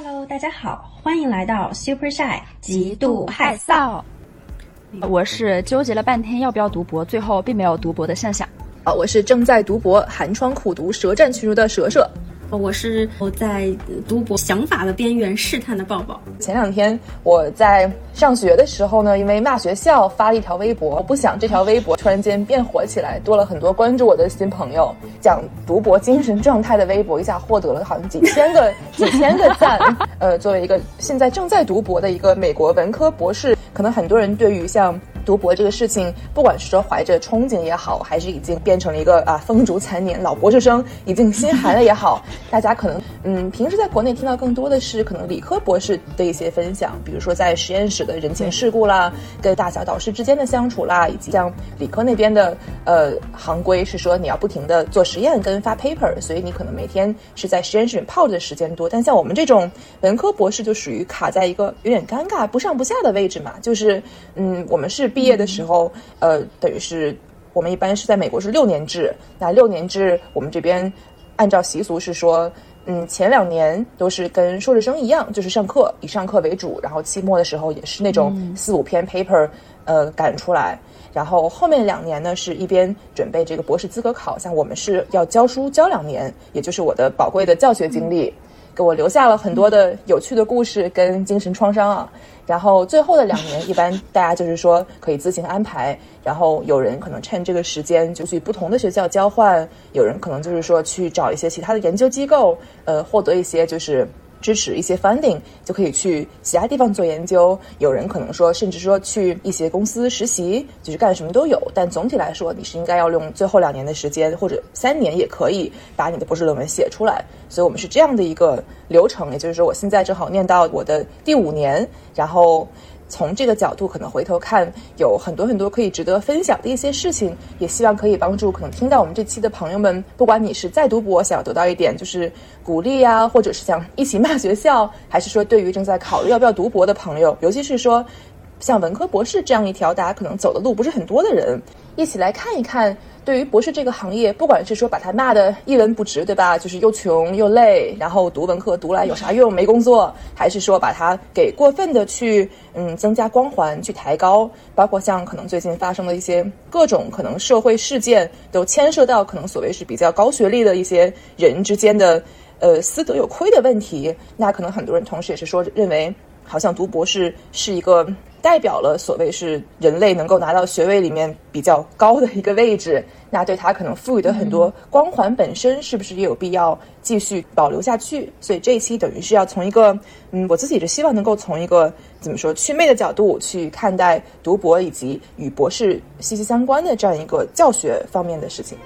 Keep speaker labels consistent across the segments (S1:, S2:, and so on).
S1: Hello， 大家好，欢迎来到 Super Shy 极度害臊。
S2: 我是纠结了半天要不要读博，最后并没有读博的向向。
S3: 我是正在读博、寒窗苦读、舌战群儒的蛇蛇。
S4: 我是在读博想法的边缘试探的抱抱。
S3: 前两天我在上学的时候呢，因为骂学校发了一条微博，我不想这条微博突然间变火起来，多了很多关注我的新朋友。讲读博精神状态的微博一下获得了好像几千个赞。作为一个现在正在读博的一个美国文科博士，可能很多人对于像读博这个事情，不管是说怀着憧憬也好，还是已经变成了一个风烛残年老博士生已经心寒了也好，大家可能平时在国内听到更多的是可能理科博士的一些分享，比如说在实验室的人情世故啦，跟大小导师之间的相处啦，以及像理科那边的行规是说你要不停的做实验跟发 paper， 所以你可能每天是在实验室里泡着的时间多。但像我们这种文科博士就属于卡在一个有点尴尬不上不下的位置嘛，就是我们是毕业的时候等于是我们一般是在美国是6年制，那6年制我们这边按照习俗是说前2年都是跟硕士生一样，就是以上课为主，然后期末的时候也是那种4-5篇 paper 赶出来，然后后面2年呢是一边准备这个博士资格考，像我们是要教书教2年，也就是我的宝贵的教学经历给我留下了很多的有趣的故事跟精神创伤啊。然后最后的2年一般大家就是说可以自行安排，然后有人可能趁这个时间就去不同的学校交换，有人可能就是说去找一些其他的研究机构获得一些就是支持一些 funding， 就可以去其他地方做研究，有人可能说甚至说去一些公司实习，就是干什么都有。但总体来说你是应该要用最后2年的时间，或者3年也可以把你的博士论文写出来。所以我们是这样的一个流程，也就是说我现在正好念到我的第5年，然后从这个角度可能回头看有很多可以值得分享的一些事情，也希望可以帮助可能听到我们这期的朋友们，不管你是在读博想要得到一点就是鼓励啊，或者是想一起骂学校，还是说对于正在考虑要不要读博的朋友，尤其是说像文科博士这样一条大家可能走的路不是很多的人，一起来看一看对于博士这个行业，不管是说把它骂得一文不值，对吧，就是又穷又累，然后读文科读来有啥用，没工作，还是说把它给过分的去增加光环去抬高，包括像可能最近发生的一些各种可能社会事件都牵涉到可能所谓是比较高学历的一些人之间的私德有亏的问题，那可能很多人同时也是说认为好像读博士是一个代表了所谓是人类能够拿到学位里面比较高的一个位置，那对他可能赋予的很多光环本身是不是也有必要继续保留下去。所以这一期等于是要从一个我自己是希望能够从一个怎么说祛魅的角度去看待读博以及与博士息息相关的这样一个教学方面的事情。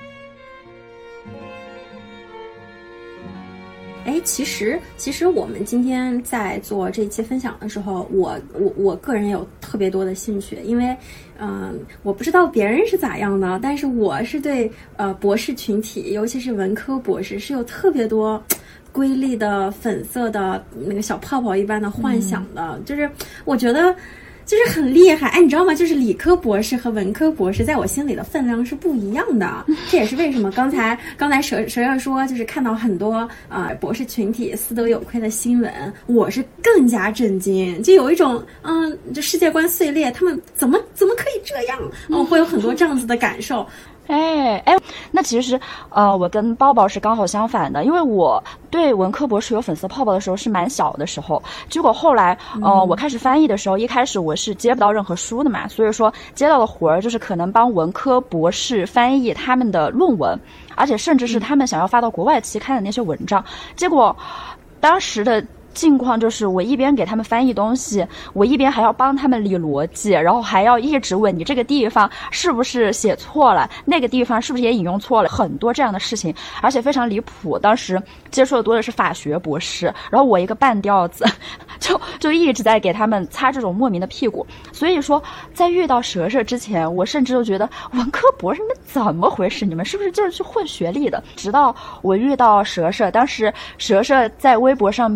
S4: 其实我们今天在做这一期分享的时候，我个人有特别多的兴趣，因为我不知道别人是咋样的，但是我是对博士群体，尤其是文科博士是有特别多瑰丽的粉色的那个小泡泡一般的幻想的，就是我觉得就是很厉害。你知道吗？就是理科博士和文科博士在我心里的分量是不一样的。这也是为什么刚才蛇说，就是看到很多博士群体私德有亏的新闻，我是更加震惊，就有一种就世界观碎裂，他们怎么可以这样？会有很多这样子的感受。
S2: 那其实我跟抱抱是刚好相反的，因为我对文科博士有粉色泡泡的时候是蛮小的时候，结果后来我开始翻译的时候，一开始我是接不到任何书的嘛，所以说接到的活儿就是可能帮文科博士翻译他们的论文，而且甚至是他们想要发到国外期刊的那些文章，结果当时的境况就是我一边给他们翻译东西，我一边还要帮他们理逻辑，然后还要一直问你这个地方是不是写错了，那个地方是不是也引用错了，很多这样的事情，而且非常离谱。当时接触的多的是法学博士，然后我一个半吊子就一直在给他们擦这种莫名的屁股。所以说在遇到蛇蛇之前，我甚至都觉得文科博士你们怎么回事，你们是不是就是去混学历的。直到我遇到蛇蛇，当时蛇蛇在微博上面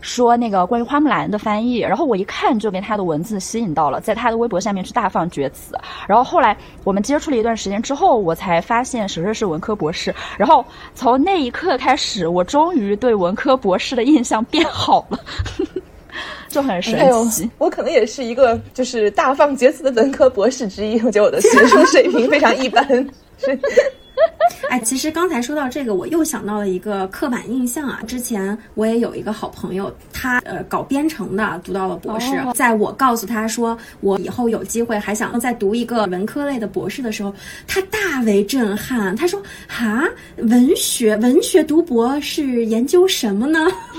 S2: 说那个关于花木兰的翻译，然后我一看就被他的文字吸引到了，在他的微博下面去大放厥词。然后后来我们接触了一段时间之后，我才发现蛇蛇是文科博士，然后从那一刻开始，我终于对文科博士的印象变好了。就很神奇。
S3: 我可能也是一个就是大放厥词的文科博士之一，我觉得我的学术水平非常一般。是。
S4: 哎，其实刚才说到这个，我又想到了一个刻板印象啊。之前我也有一个好朋友，他搞编程的，读到了博士。在我告诉他说我以后有机会还想再读一个文科类的博士的时候，他大为震撼。他说：“哈，文学读博是研究什么呢？”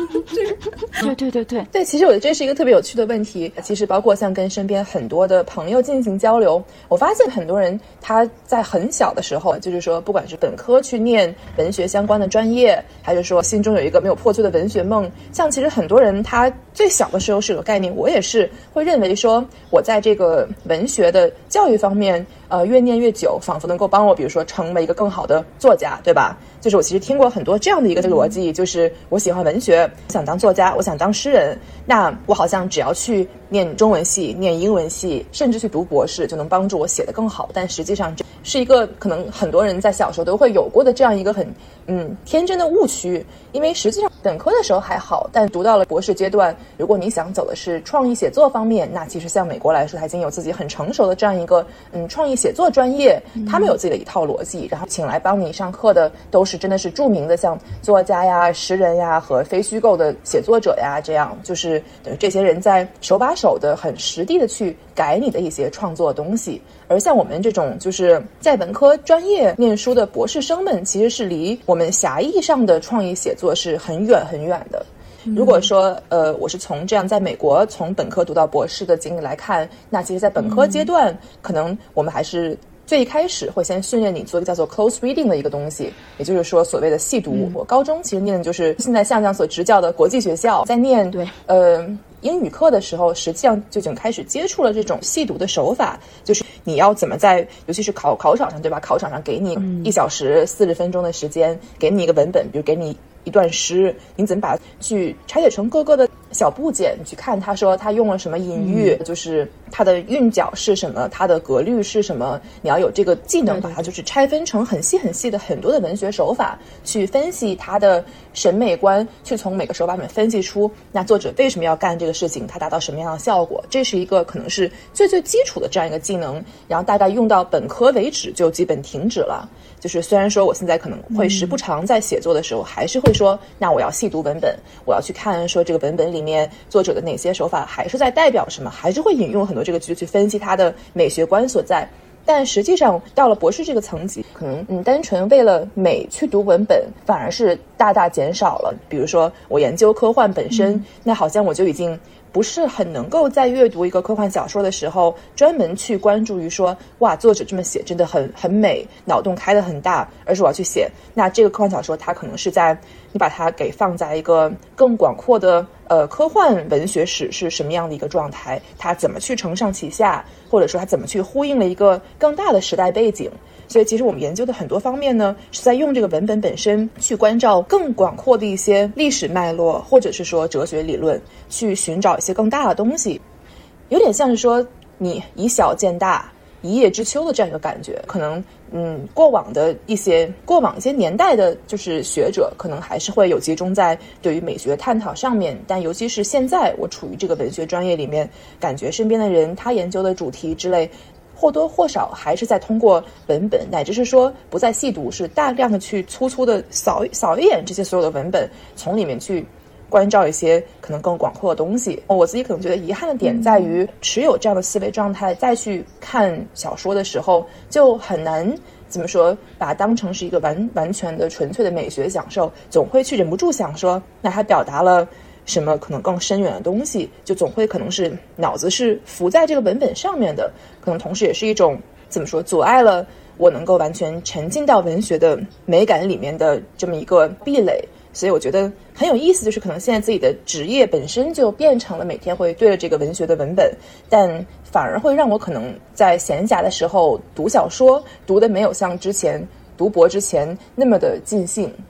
S2: 对，
S3: 其实我觉得这是一个特别有趣的问题。其实包括像跟身边很多的朋友进行交流，我发现很多人他在很小的时候，就是说不管是本科去念文学相关的专业，还是说心中有一个没有破碎的文学梦，像其实很多人他最小的时候是有概念，我也是会认为说我在这个文学的教育方面越念越久，仿佛能够帮我比如说成为一个更好的作家，对吧？就是我其实听过很多这样的一个逻辑，就是我喜欢文学，我想当作家，我想当诗人，那我好像只要去念中文系，念英文系，甚至去读博士就能帮助我写得更好。但实际上这是一个可能很多人在小时候都会有过的这样一个很天真的误区。因为实际上本科的时候还好，但读到了博士阶段，如果你想走的是创意写作方面，那其实像美国来说，它已经有自己很成熟的这样一个创意写作专业，他们有自己的一套逻辑，然后请来帮你上课的都是真的是著名的像作家呀、诗人呀和非虚构的写作者呀，这样就是等于这些人在手把手的很实地的去改你的一些创作东西。而像我们这种就是在文科专业念书的博士生们，其实是离我们狭义上的创意写作是很远很远的。如果说我是从这样在美国从本科读到博士的经历来看，那其实在本科阶段可能我们还是最一开始会先训练你做一个叫做 close reading 的一个东西，也就是说所谓的细读。我高中其实念的就是现在向所执教的国际学校，在念英语课的时候，实际上就已经开始接触了这种细读的手法，就是你要怎么在，尤其是考场上，对吧？考场上给你1小时40分钟的时间，给你一个文本，比如给你一段诗，你怎么把它去拆解成各个的小部件，你去看他说他用了什么隐喻，就是它的韵脚是什么，它的格律是什么，你要有这个技能把它就是拆分成很细很细的很多的文学手法，去分析它的审美观，去从每个手法里面分析出那作者为什么要干这个事情，它达到什么样的效果。这是一个可能是最基础的这样一个技能，然后大概用到本科为止就基本停止了。就是虽然说我现在可能会时不常在写作的时候还是会说，那我要细读文本，我要去看说这个文本里面作者的哪些手法还是在代表什么，还是会引用很多这个句去分析它的美学观所在。但实际上到了博士这个层级，可能单纯为了美去读文本反而是大大减少了。比如说我研究科幻本身，那好像我就已经不是很能够在阅读一个科幻小说的时候专门去关注于说哇作者这么写真的很美，脑洞开得很大，而是我要去写那这个科幻小说它可能是在你把它给放在一个更广阔的科幻文学史是什么样的一个状态，它怎么去承上启下，或者说它怎么去呼应了一个更大的时代背景。所以其实我们研究的很多方面呢，是在用这个文本本身去关照更广阔的一些历史脉络，或者是说哲学理论，去寻找一些更大的东西。有点像是说你以小见大，一叶知秋的这样一个感觉。可能过往一些年代的就是学者可能还是会有集中在对于美学探讨上面，但尤其是现在我处于这个文学专业里面，感觉身边的人他研究的主题之类或多或少还是在通过文本，乃至是说不再细读，是大量的去粗粗的扫一眼这些所有的文本，从里面去关照一些可能更广阔的东西。我自己可能觉得遗憾的点在于持有这样的思维状态再去看小说的时候，就很难怎么说把它当成是一个完全的纯粹的美学享受，总会去忍不住想说那它表达了什么可能更深远的东西，就总会可能是脑子是浮在这个文本上面的，可能同时也是一种怎么说阻碍了我能够完全沉浸到文学的美感里面的这么一个壁垒。所以我觉得很有意思，就是可能现在自己的职业本身就变成了每天会对着这个文学的文本，但反而会让我可能在闲暇的时候读小说读的没有像之前读博之前那么的尽兴。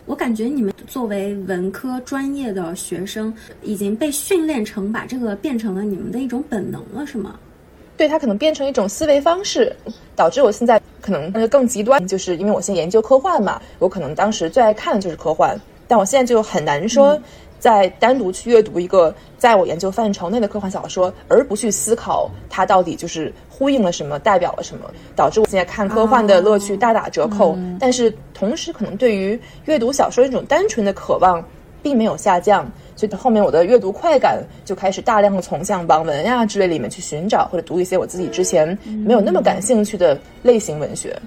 S4: 我感觉你们作为文科专业的学生，已经被训练成把这个变成了你们的一种本能了，是吗？
S3: 对，它可能变成一种思维方式，导致我现在可能更极端，就是因为我现在研究科幻嘛，我可能当时最爱看的就是科幻，但我现在就很难说再单独去阅读一个在我研究范畴内的科幻小说，而不去思考它到底就是呼应了什么，代表了什么，导致我现在看科幻的乐趣大打折扣。但是同时可能对于阅读小说那种单纯的渴望并没有下降，所以后面我的阅读快感就开始大量的从像网文呀之类里面去寻找，或者读一些我自己之前没有那么感兴趣的类型文学。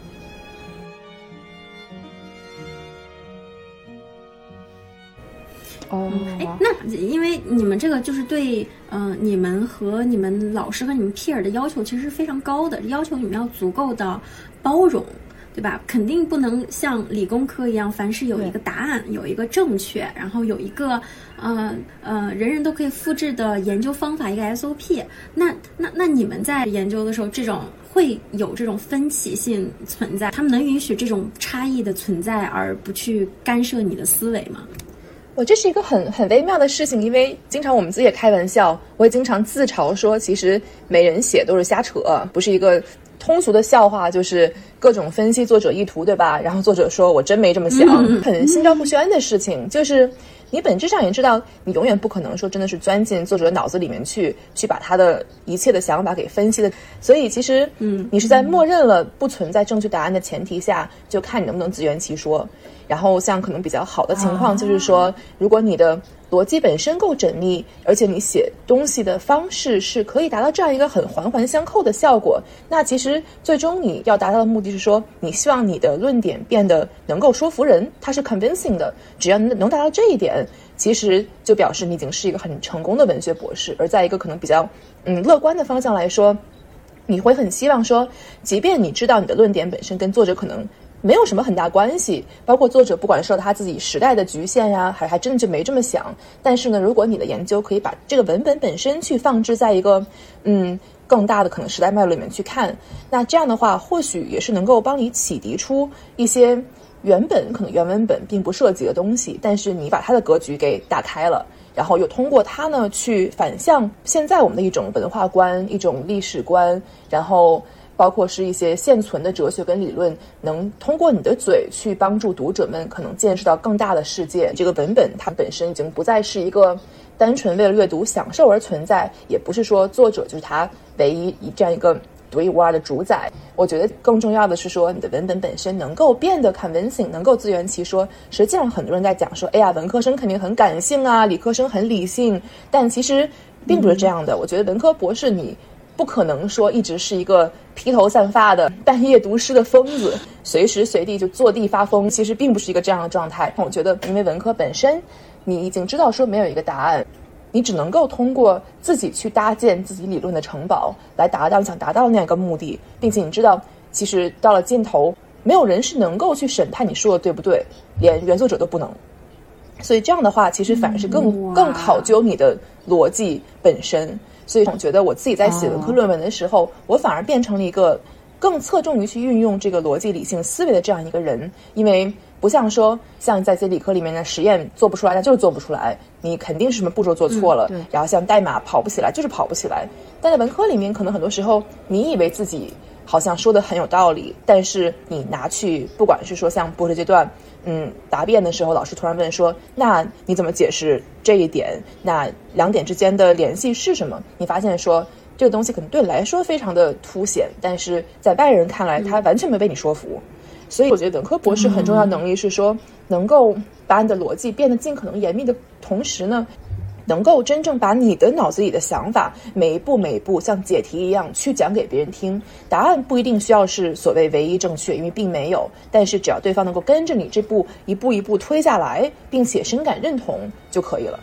S4: 那因为你们这个就是对你们和你们老师和你们 peer 的要求其实是非常高的，要求你们要足够的包容，对吧？肯定不能像理工科一样，凡是有一个答案，有一个正确，然后有一个人人都可以复制的研究方法，一个 SOP。那你们在研究的时候，这种会有这种分歧性存在，他们能允许这种差异的存在，而不去干涉你的思维吗？
S3: 这是一个很微妙的事情，因为经常我们自己也开玩笑，我也经常自嘲说，其实没人写都是瞎扯，不是一个通俗的笑话，就是各种分析作者意图，对吧？然后作者说我真没这么想，很心照不宣的事情，就是你本质上也知道，你永远不可能说真的是钻进作者的脑子里面去把他的一切的想法给分析的，所以其实你是在默认了不存在正确答案的前提下，就看你能不能自圆其说。然后像可能比较好的情况就是说，如果你的逻辑本身够缜密，而且你写东西的方式是可以达到这样一个很环环相扣的效果，那其实最终你要达到的目的是说，你希望你的论点变得能够说服人，它是 convincing 的，只要能达到这一点，其实就表示你已经是一个很成功的文学博士。而在一个可能比较乐观的方向来说，你会很希望说，即便你知道你的论点本身跟作者可能没有什么很大关系，包括作者不管受他自己时代的局限呀，还真的就没这么想，但是呢，如果你的研究可以把这个文本本身去放置在一个更大的可能时代脉络里面去看，那这样的话或许也是能够帮你启迪出一些原本可能原文本并不涉及的东西，但是你把它的格局给打开了，然后又通过它呢去反向现在我们的一种文化观，一种历史观，然后包括是一些现存的哲学跟理论，能通过你的嘴去帮助读者们可能见识到更大的世界。这个文本它本身已经不再是一个单纯为了阅读享受而存在，也不是说作者就是他唯一这样一个独一无二的主宰。我觉得更重要的是说，你的文本本身能够变得 convincing， 能够自圆其说。实际上很多人在讲说，哎呀，文科生肯定很感性啊，理科生很理性，但其实并不是这样的。我觉得文科博士你不可能说一直是一个披头散发的半夜读诗的疯子，随时随地就坐地发疯，其实并不是一个这样的状态。我觉得因为文科本身你已经知道说没有一个答案，你只能够通过自己去搭建自己理论的城堡来达到你想达到的那样一个目的，并且你知道其实到了尽头没有人是能够去审判你说的对不对，连原作者都不能。所以这样的话其实反而是更考究你的逻辑本身。所以我觉得我自己在写文科论文的时候，我反而变成了一个更侧重于去运用这个逻辑理性思维的这样一个人。因为不像说像在一些理科里面的实验做不出来，那就是做不出来，你肯定是什么步骤做错了，然后像代码跑不起来就是跑不起来。但在文科里面可能很多时候你以为自己好像说的很有道理，但是你拿去不管是说像博士阶段答辩的时候，老师突然问说，那你怎么解释这一点，那两点之间的联系是什么，你发现说这个东西可能对你来说非常的凸显，但是在外人看来它完全没被你说服。所以我觉得文科博士很重要的能力是说，能够把你的逻辑变得尽可能严密的同时呢，能够真正把你的脑子里的想法每一步像解题一样去讲给别人听。答案不一定需要是所谓唯一正确，因为并没有，但是只要对方能够跟着你这步一步一步推下来，并且深感认同就可以了。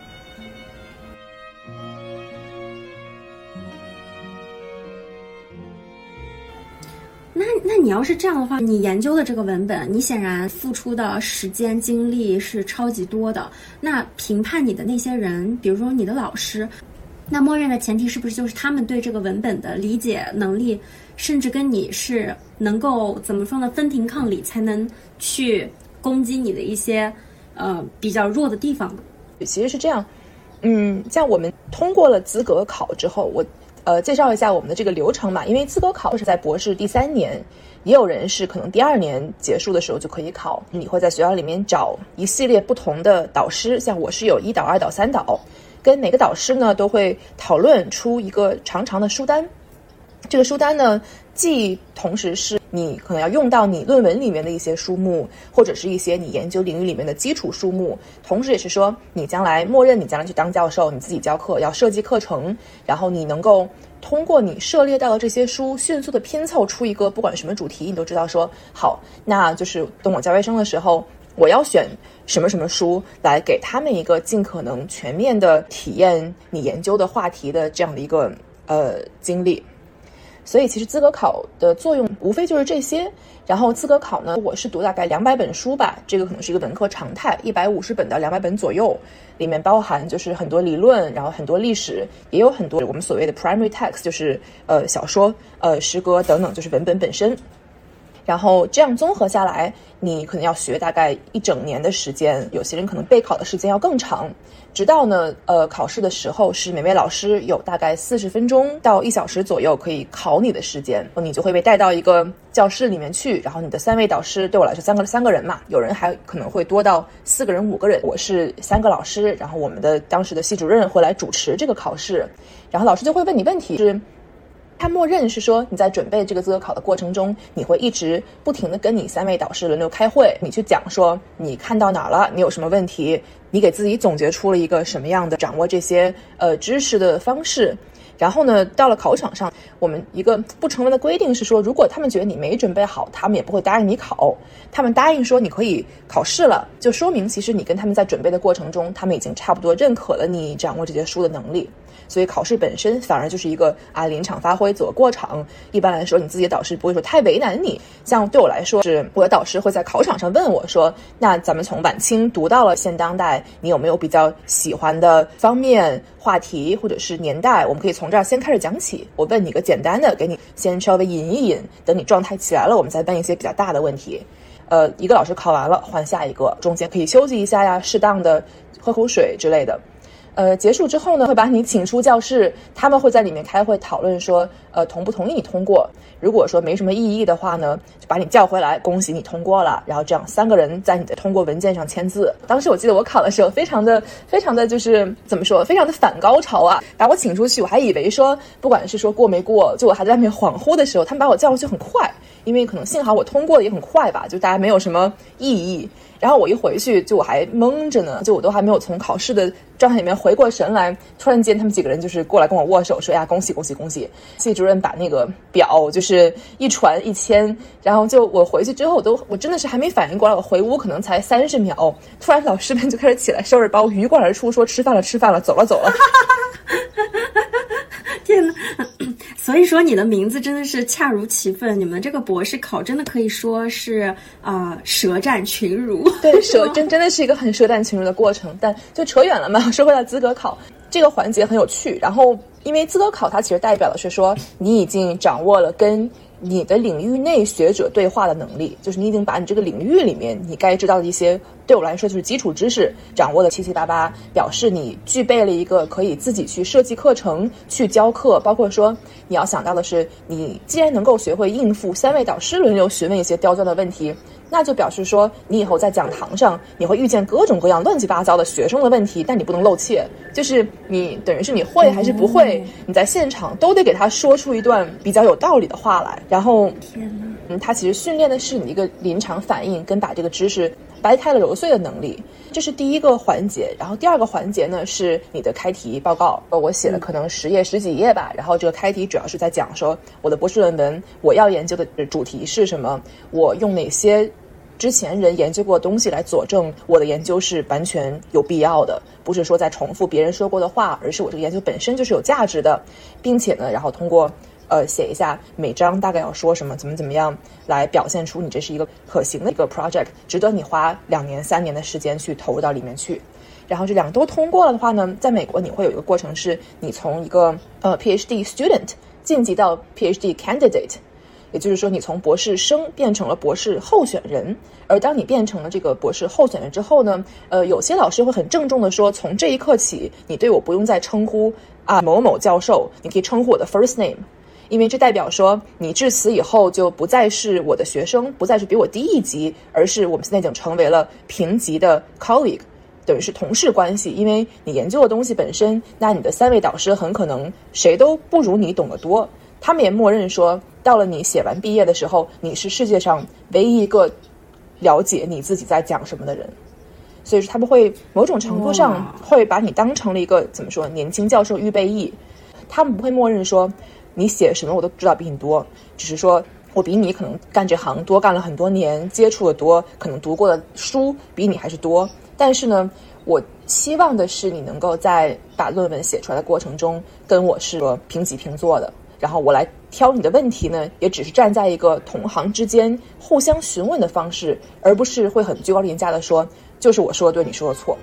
S4: 那你要是这样的话，你研究的这个文本，你显然付出的时间精力是超级多的。那评判你的那些人，比如说你的老师，那默认的前提是不是就是他们对这个文本的理解能力，甚至跟你是能够怎么说呢，分庭抗礼，才能去攻击你的一些比较弱的地方的。
S3: 其实是这样，像我们通过了资格考之后，我介绍一下我们的这个流程吧。因为资格考是在博士第3年，也有人是可能第2年结束的时候就可以考。你会在学校里面找一系列不同的导师，像我是有1导、2导、3导，跟每个导师呢都会讨论出一个长长的书单。这个书单呢，既同时是你可能要用到你论文里面的一些书目，或者是一些你研究领域里面的基础书目，同时也是说你将来默认你将来去当教授，你自己教课要设计课程，然后你能够通过你涉猎到的这些书迅速的拼凑出一个不管什么主题，你都知道说好，那就是等我教卫生的时候我要选什么什么书来给他们一个尽可能全面的体验你研究的话题的这样的一个经历。所以其实资格考的作用无非就是这些。然后资格考呢，我是读大概200本书吧，这个可能是一个文科常态，150本到200本左右，里面包含就是很多理论，然后很多历史，也有很多我们所谓的 primary text， 就是小说、诗歌等等，就是文本本身。然后这样综合下来，你可能要学大概1整年的时间，有些人可能备考的时间要更长，直到呢考试的时候是每位老师有大概40分钟到1小时左右可以考你的时间，你就会被带到一个教室里面去，然后你的3位导师，对我来说三个人嘛，有人还可能会多到4个人5个人，我是3个老师，然后我们的当时的系主任会来主持这个考试，然后老师就会问你问题，是他默认是说你在准备这个资格考的过程中，你会一直不停的跟你3位导师轮流开会，你去讲说你看到哪儿了，你有什么问题，你给自己总结出了一个什么样的掌握这些知识的方式。然后呢，到了考场上，我们一个不成文的规定是说，如果他们觉得你没准备好，他们也不会答应你考。他们答应说你可以考试了，就说明其实你跟他们在准备的过程中，他们已经差不多认可了你掌握这些书的能力。所以考试本身反而就是一个临场发挥，走个过场。一般来说，你自己的导师不会说太为难你。像对我来说，是我的导师会在考场上问我说，那咱们从晚清读到了现当代，你有没有比较喜欢的方面、话题或者是年代？我们可以从这儿先开始讲起。我问你个简单的，给你先稍微引一引，等你状态起来了，我们再问一些比较大的问题。一个老师考完了，换下一个，中间可以休息一下呀，适当的喝口水之类的。结束之后呢，会把你请出教室，他们会在里面开会讨论说，同不同意你通过。如果说没什么异议的话呢，就把你叫回来，恭喜你通过了。然后这样3个人在你的通过文件上签字。当时我记得我考的时候，非常的就是怎么说，非常的反高潮啊！把我请出去，我还以为说，不管是说过没过，就我还在外面恍惚的时候，他们把我叫过去很快，因为可能幸好我通过的也很快吧，就大家没有什么异议。然后我一回去，就我还懵着呢，就我都还没有从考试的状态里面回过神来，突然间他们几个人就是过来跟我握手，说呀恭喜恭喜恭喜！系主任把那个表就是一传一签，然后就我回去之后我真的是还没反应过来，我回屋可能才30秒，突然老师们就开始起来收拾包，鱼贯而出，说吃饭了吃饭了，走了走了。
S4: 天哪！所以说你的名字真的是恰如其分，你们这个博士考真的可以说是舌战群儒。
S3: 对，真的是一个很舌战群儒的过程，但就扯远了嘛。说回到资格考这个环节很有趣，然后因为资格考它其实代表的是说你已经掌握了跟你的领域内学者对话的能力，就是你已经把你这个领域里面你该知道的一些，对我来说就是基础知识掌握的七七八八，表示你具备了一个可以自己去设计课程、去教课，包括说你要想到的是，你既然能够学会应付3位导师轮流询问一些刁钻的问题，那就表示说你以后在讲堂上你会遇见各种各样乱七八糟的学生的问题，但你不能露怯，就是你等于是你会还是不会，你在现场都得给他说出一段比较有道理的话来。然后他其实训练的是你一个临场反应跟把这个知识掰开了揉碎的能力，这是第一个环节。然后第二个环节呢是你的开题报告，我写了可能10页10几页吧，然后这个开题主要是在讲说我的博士论文我要研究的主题是什么，我用哪些之前人研究过的东西来佐证我的研究是完全有必要的，不是说在重复别人说过的话，而是我这个研究本身就是有价值的，并且呢然后通过写一下每章大概要说什么，怎么样来表现出你这是一个可行的一个 project， 值得你花2年3年的时间去投入到里面去。然后这2个都通过了的话呢，在美国你会有一个过程是你从一个PhD student 晋级到 PhD candidate， 也就是说你从博士生变成了博士候选人。而当你变成了这个博士候选人之后呢，有些老师会很郑重的说，从这一刻起你对我不用再称呼某某教授，你可以称呼我的 first name， 因为这代表说你至此以后就不再是我的学生，不再是比我低一级，而是我们现在已经成为了平级的 colleague， 等于是同事关系。因为你研究的东西本身，那你的3位导师很可能谁都不如你懂得多，他们也默认说到了你写完毕业的时候，你是世界上唯一一个了解你自己在讲什么的人。所以说他们会某种程度上会把你当成了一个怎么说年轻教授预备役，他们不会默认说你写什么我都知道比你多，只是说我比你可能干这行多干了很多年，接触的多，可能读过的书比你还是多，但是呢我希望的是你能够在把论文写出来的过程中跟我是平起平坐的，然后我来挑你的问题呢，也只是站在一个同行之间互相询问的方式，而不是会很居高临下的说就是我说的对，你说的错。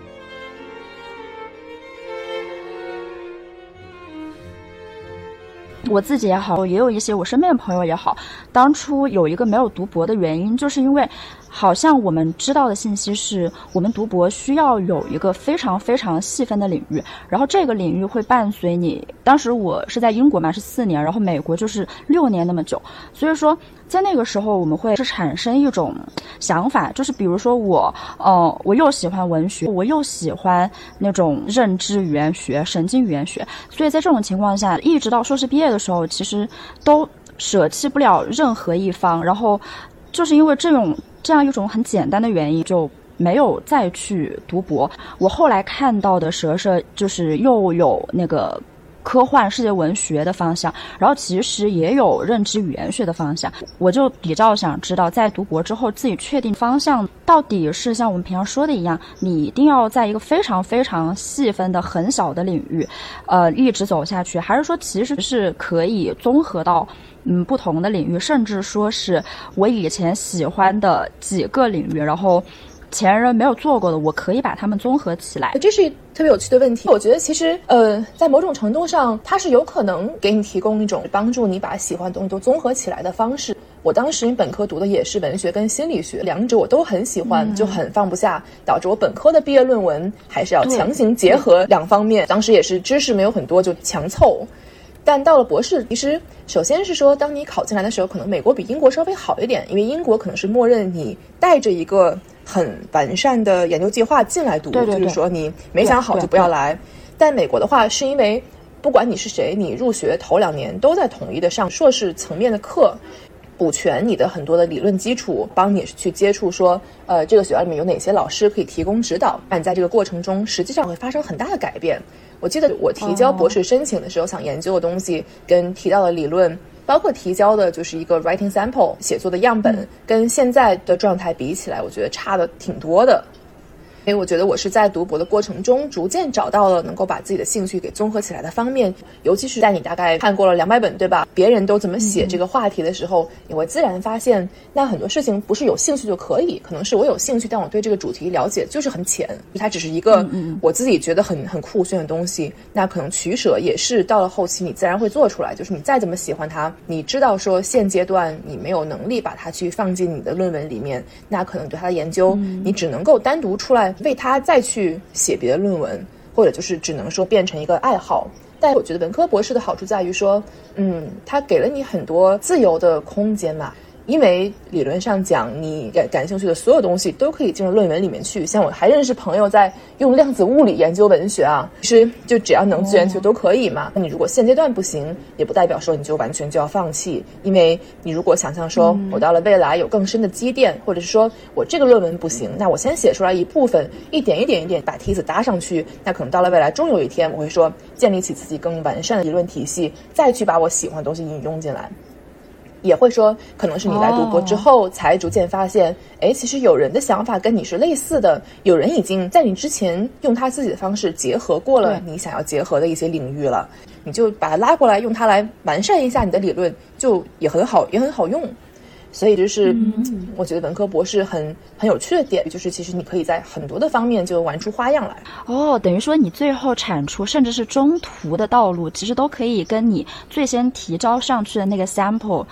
S2: 我自己也好，也有一些我身边的朋友也好，当初有一个没有读博的原因，就是因为好像我们知道的信息是我们读博需要有一个非常非常细分的领域，然后这个领域会伴随你，当时我是在英国嘛，是4年，然后美国就是6年那么久，所以说在那个时候我们会产生一种想法，就是比如说我又喜欢文学，我又喜欢那种认知语言学、神经语言学，所以在这种情况下，一直到硕士毕业的时候，其实都舍弃不了任何一方，然后就是因为这样一种很简单的原因，就没有再去读博。我后来看到的蛇社就是又有那个科幻世界文学的方向，然后其实也有认知语言学的方向，我就比较想知道在读博之后自己确定方向到底是像我们平常说的一样，你一定要在一个非常非常细分的很小的领域一直走下去，还是说其实是可以综合到不同的领域，甚至说是我以前喜欢的几个领域，然后前人没有做过的，我可以把它们综合起来。
S3: 这是特别有趣的问题。我觉得其实在某种程度上它是有可能给你提供一种帮助你把喜欢的东西都综合起来的方式。我当时本科读的也是文学跟心理学，两者我都很喜欢，就很放不下，导致我本科的毕业论文还是要强行结合两方面，当时也是知识没有很多就强凑。但到了博士，其实首先是说当你考进来的时候，可能美国比英国稍微好一点，因为英国可能是默认你带着一个很完善的研究计划进来读，
S2: 对，
S3: 就是说你没想好就不要来。但美国的话是因为不管你是谁，你入学头2年都在统一的上硕士层面的课，补全你的很多的理论基础，帮你去接触说这个学校里面有哪些老师可以提供指导，那你在这个过程中实际上会发生很大的改变。我记得我提交博士申请的时候，想研究的东西跟提到的理论，包括提交的就是一个 writing sample 写作的样本，跟现在的状态比起来，我觉得差的挺多的。因为我觉得我是在读博的过程中逐渐找到了能够把自己的兴趣给综合起来的方面，尤其是在你大概看过了200本对吧，别人都怎么写这个话题的时候，你会自然发现那很多事情不是有兴趣就可以，可能是我有兴趣，但我对这个主题了解就是很浅，它只是一个我自己觉得很酷炫的东西，那可能取舍也是到了后期你自然会做出来，就是你再怎么喜欢它，你知道说现阶段你没有能力把它去放进你的论文里面，那可能对它的研究你只能够单独出来为他再去写别的论文，或者就是只能说变成一个爱好。但我觉得文科博士的好处在于说它给了你很多自由的空间嘛，因为理论上讲你感兴趣的所有东西都可以进入论文里面去，像我还认识朋友在用量子物理研究文学啊，其实就只要能自然学都可以嘛。那你如果现阶段不行，也不代表说你就完全就要放弃，因为你如果想象说我到了未来有更深的积淀，或者是说我这个论文不行，那我先写出来一部分，一点一点一点把梯子搭上去，那可能到了未来终有一天我会说建立起自己更完善的理论体系，再去把我喜欢的东西引用进来。也会说可能是你来读博之后才逐渐发现其实有人的想法跟你是类似的，有人已经在你之前用他自己的方式结合过了你想要结合的一些领域了，你就把它拉过来，用它来完善一下你的理论，就也很好用。所以就是我觉得文科博士很有趣的点，就是其实你可以在很多的方面就玩出花样来。
S2: 等于说你最后产出甚至是中途的道路，其实都可以跟你最先提交上去的那个 sample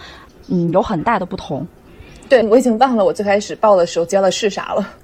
S2: 有很大的不同。
S3: 对，我已经忘了我最开始报的时候教的是啥了。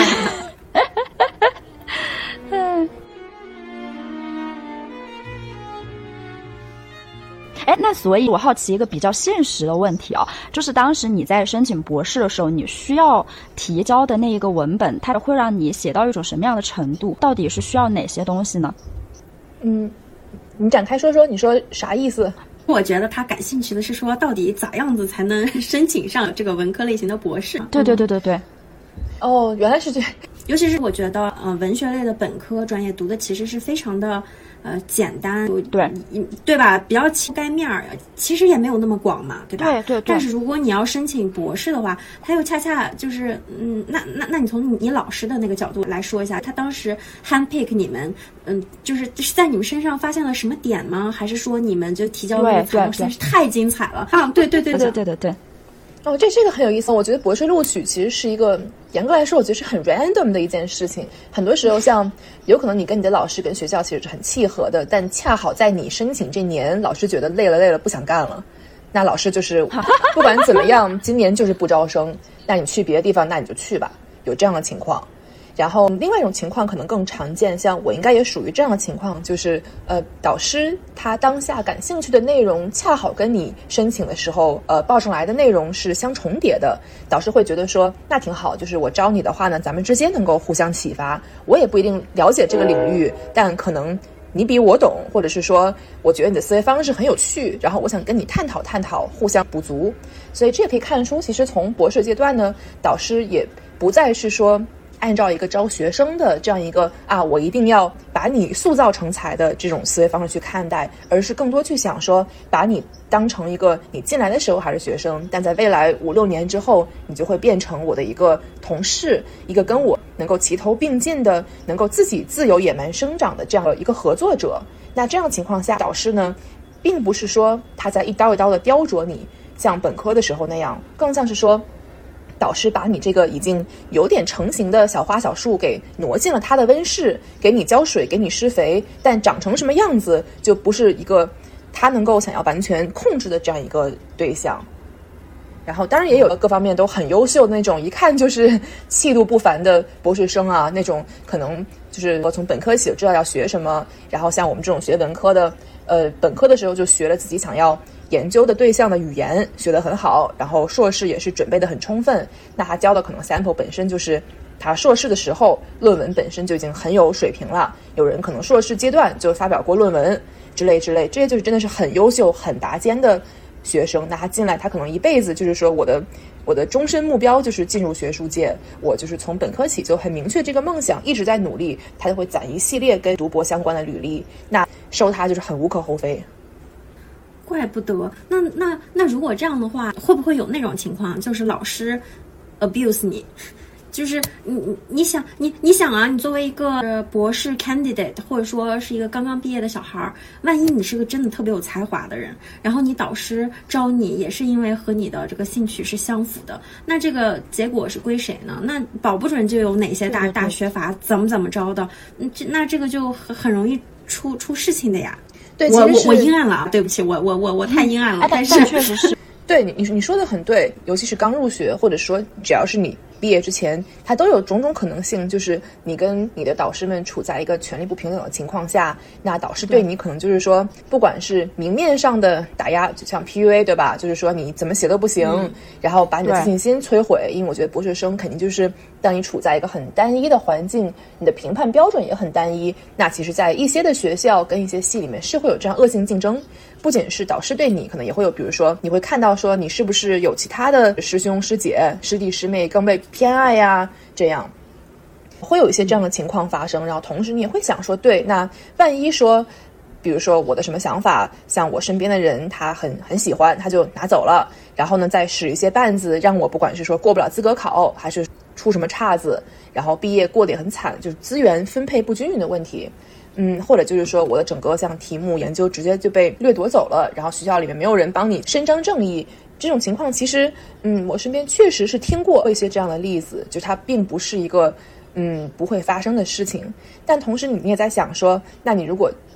S2: 那所以我好奇一个比较现实的问题啊，就是当时你在申请博士的时候，你需要提交的那一个文本，它会让你写到一种什么样的程度？到底是需要哪些东西呢？
S3: 你展开说说，你说啥意思？
S4: 我觉得他感兴趣的是说，到底咋样子才能申请上这个文科类型的博士？
S2: 对。
S3: 哦，原来是这样。
S4: 尤其是我觉得，文学类的本科专业读的其实是非常的简单，对吧？比较覆盖面儿，其实也没有那么广嘛，对吧？
S2: 对。
S4: 但是如果你要申请博士的话，他又恰恰就是，那你从你老师的那个角度来说一下，他当时 handpick 你们，就是在你们身上发现了什么点吗？还是说你们就提交的材料实在是太精彩了啊？对。
S3: 哦，这个很有意思。我觉得博士录取其实是一个严格来说，我觉得是很 random 的一件事情。很多时候，像有可能你跟你的老师跟学校其实是很契合的，但恰好在你申请这年，老师觉得累了不想干了，那老师就是不管怎么样，今年就是不招生。那你去别的地方，那你就去吧，有这样的情况。然后另外一种情况可能更常见，像我应该也属于这样的情况，就是导师他当下感兴趣的内容恰好跟你申请的时候报上来的内容是相重叠的，导师会觉得说那挺好，就是我招你的话呢，咱们之间能够互相启发，我也不一定了解这个领域，但可能你比我懂，或者是说我觉得你的思维方式很有趣，然后我想跟你探讨，互相补足。所以这也可以看出，其实从博士阶段呢，导师也不再是说按照一个招学生的这样一个我一定要把你塑造成才的这种思维方式去看待，而是更多去想说，把你当成一个你进来的时候还是学生，但在未来5-6年之后，你就会变成我的一个同事，一个跟我能够齐头并进的，能够自己自由野蛮生长的这样的一个合作者。那这样的情况下，导师呢，并不是说他在一刀一刀的雕琢你，像本科的时候那样，更像是说导师把你这个已经有点成型的小花小树给挪进了他的温室，给你浇水，给你施肥，但长成什么样子就不是一个他能够想要完全控制的这样一个对象。然后当然也有各方面都很优秀的那种一看就是气度不凡的博士生啊，那种可能就是我从本科起就知道要学什么，然后像我们这种学文科的本科的时候就学了自己想要研究的对象的语言，学得很好，然后硕士也是准备得很充分，那他教的可能 sample 本身就是他硕士的时候论文本身就已经很有水平了，有人可能硕士阶段就发表过论文之类，这些就是真的是很优秀很拔尖的学生。那他进来他可能一辈子就是说我的终身目标就是进入学术界，我就是从本科起就很明确这个梦想，一直在努力，他就会攒一系列跟读博相关的履历，那收他就是很无可厚非。
S4: 怪不得。那如果这样的话，会不会有那种情况，就是老师 abuse 你？就是你想啊，你作为一个博士 candidate， 或者说是一个刚刚毕业的小孩，万一你是个真的特别有才华的人，然后你导师招你也是因为和你的这个兴趣是相符的，那这个结果是归谁呢？那保不准就有哪些大学阀怎么着的，那这个就很容易出事情的呀。
S3: 对，
S4: 我阴暗了啊，对不起，我太阴暗了，但是
S2: 确实是
S3: 对你说的很对，尤其是刚入学，或者说只要是你毕业之前，它都有种种可能性，就是你跟你的导师们处在一个权力不平等的情况下，那导师对你可能就是说，不管是明面上的打压，就像 PUA 对吧，就是说你怎么写都不行，然后把你的自信心摧毁。因为我觉得博士生肯定就是当你处在一个很单一的环境，你的评判标准也很单一，那其实在一些的学校跟一些系里面是会有这样恶性竞争，不仅是导师对你，可能也会有比如说你会看到说你是不是有其他的师兄师姐师弟师妹更被偏爱呀，这样会有一些这样的情况发生。然后同时你也会想说，对，那万一说比如说我的什么想法像我身边的人他很喜欢，他就拿走了，然后呢再使一些绊子，让我不管是说过不了资格考，还是出什么岔子，然后毕业过得也很惨，就是资源分配不均匀的问题。或者就是说我的整个像题目研究直接就被掠夺走了，然后学校里面没有人帮你伸张正义，这种情况其实我身边确实是听过一些这样的例子，就它并不是一个不会发生的事情。但同时你也在想说，那你如果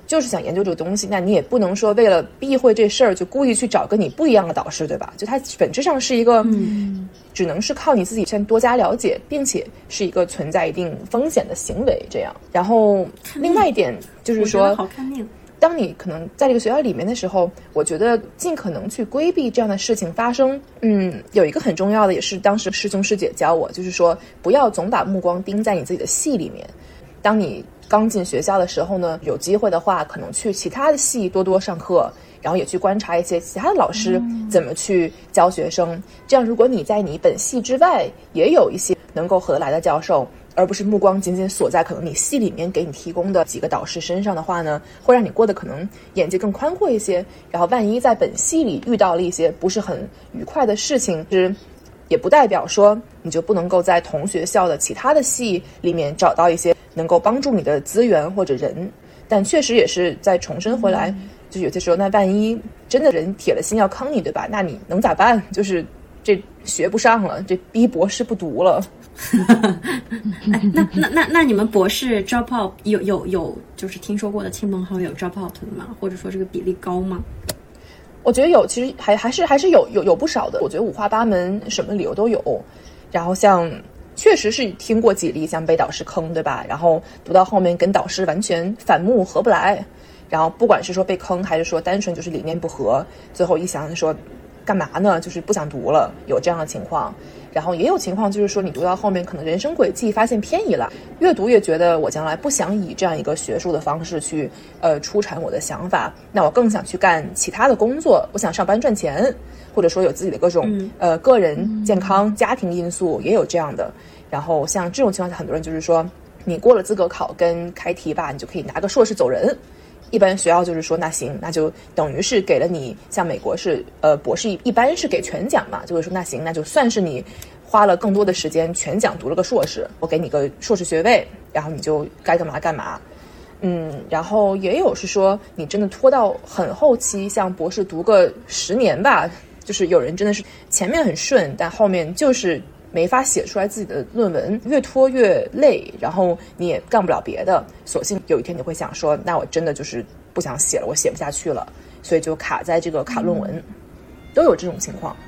S3: 就是想研究这个东西，那你也不能说为了避讳这事儿就故意去找跟你不一样的导师，对吧？就它本质上是一个只能是靠你自己先多加了解，并且是一个存在一定风险的行为这样。然后另外一点就是说，
S4: 好看命。
S3: 当你可能在这个学校里面的时候，我觉得尽可能去规避这样的事情发生。有一个很重要的，也是当时师兄师姐教我，就是说不要总把目光盯在你自己的系里面。当你刚进学校的时候呢，有机会的话，可能去其他的系多多上课，然后也去观察一些其他的老师怎么去教学生。这样，如果你在你本系之外也有一些能够合得来的教授，而不是目光仅仅锁在可能你系里面给你提供的几个导师身上的话呢，会让你过得可能眼界更宽阔一些。然后万一在本系里遇到了一些不是很愉快的事情，也不代表说你就不能够在同学校的其他的系里面找到一些能够帮助你的资源或者人。但确实也是再重申回来，就有些时候那万一真的人铁了心要坑你，对吧？那你能咋办？就是这学不上了，这逼博士不读了。
S4: 那你们博士 drop out 有就是听说过的亲朋好友 drop out 的吗？或者说这个比例高吗？
S3: 我觉得有，其实还是有不少的。我觉得五花八门，什么理由都有。然后像确实是听过几例像被导师坑，对吧？然后读到后面跟导师完全反目合不来，然后不管是说被坑还是说单纯就是理念不合，最后一想说干嘛呢？就是不想读了，有这样的情况。然后也有情况就是说你读到后面可能人生轨迹发现偏移了，越读越觉得我将来不想以这样一个学术的方式去出产我的想法，那我更想去干其他的工作，我想上班赚钱，或者说有自己的各种个人健康家庭因素也有这样的。然后像这种情况下，很多人就是说你过了资格考跟开题吧，你就可以拿个硕士走人。一般学校就是说那行，那就等于是给了你，像美国是博士一般是给全奖嘛，就会说那行，那就算是你花了更多的时间全奖读了个硕士，我给你个硕士学位，然后你就该干嘛干嘛。然后也有是说你真的拖到很后期，像博士读个10年吧，就是有人真的是前面很顺，但后面就是没法写出来自己的论文，越拖越累，然后你也干不了别的，索性有一天你会想说，那我真的就是不想写了，我写不下去了，所以就卡在这个卡论文，都有这种情况。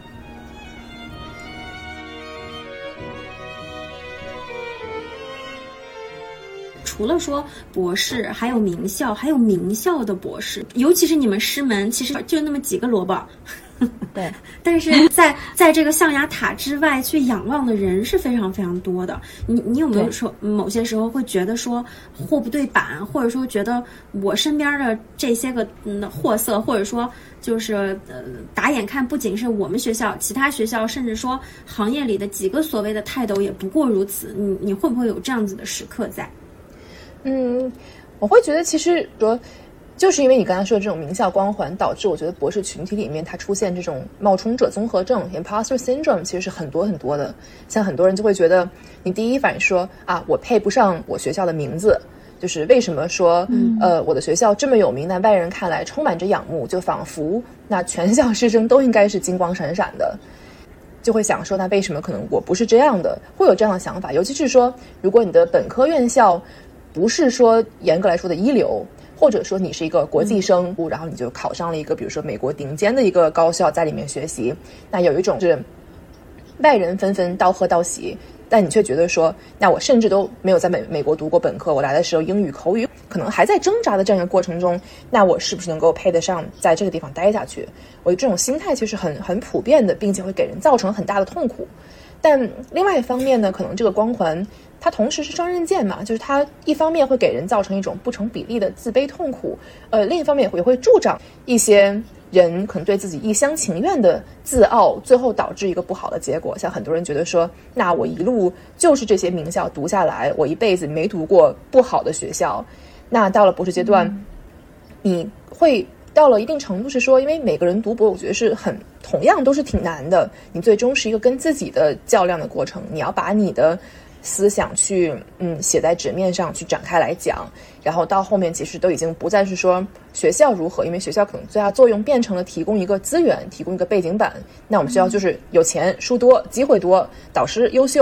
S4: 除了说博士，还有名校，还有名校的博士，尤其是你们师门，其实就那么几个萝卜。
S2: 对，
S4: 但是在这个象牙塔之外去仰望的人是非常非常多的。你有没有说某些时候会觉得说货不对版，或者说觉得我身边的这些个货色，或者说就是打眼看不仅是我们学校，其他学校甚至说行业里的几个所谓的泰斗也不过如此。你会不会有这样子的时刻在？
S3: 我会觉得其实说就是因为你刚才说的这种名校光环，导致我觉得博士群体里面它出现这种冒充者综合症 imposter syndrome 其实是很多很多的。像很多人就会觉得你第一反应说啊，我配不上我学校的名字，就是为什么说我的学校这么有名，但外人看来充满着仰慕，就仿佛那全校师生都应该是金光闪闪的，就会想说那为什么可能我不是这样的，会有这样的想法。尤其是说如果你的本科院校不是说严格来说的一流，或者说你是一个国际生，然后你就考上了一个比如说美国顶尖的一个高校，在里面学习，那有一种是外人纷纷道贺道喜，但你却觉得说那我甚至都没有在美国读过本科，我来的时候英语口语可能还在挣扎的这样一个过程中，那我是不是能够配得上在这个地方待下去？我这种心态其实很普遍的，并且会给人造成很大的痛苦。但另外一方面呢，可能这个光环它同时是双刃剑嘛，就是它一方面会给人造成一种不成比例的自卑痛苦，另一方面也会助长一些人可能对自己一厢情愿的自傲，最后导致一个不好的结果。像很多人觉得说，那我一路就是这些名校读下来，我一辈子没读过不好的学校，那到了博士阶段，你会到了一定程度是说，因为每个人读博我觉得是同样都是挺难的，你最终是一个跟自己的较量的过程，你要把你的思想去写在纸面上去展开来讲，然后到后面其实都已经不再是说学校如何，因为学校可能最大作用变成了提供一个资源，提供一个背景板，那我们学校就是有钱书多机会多导师优秀，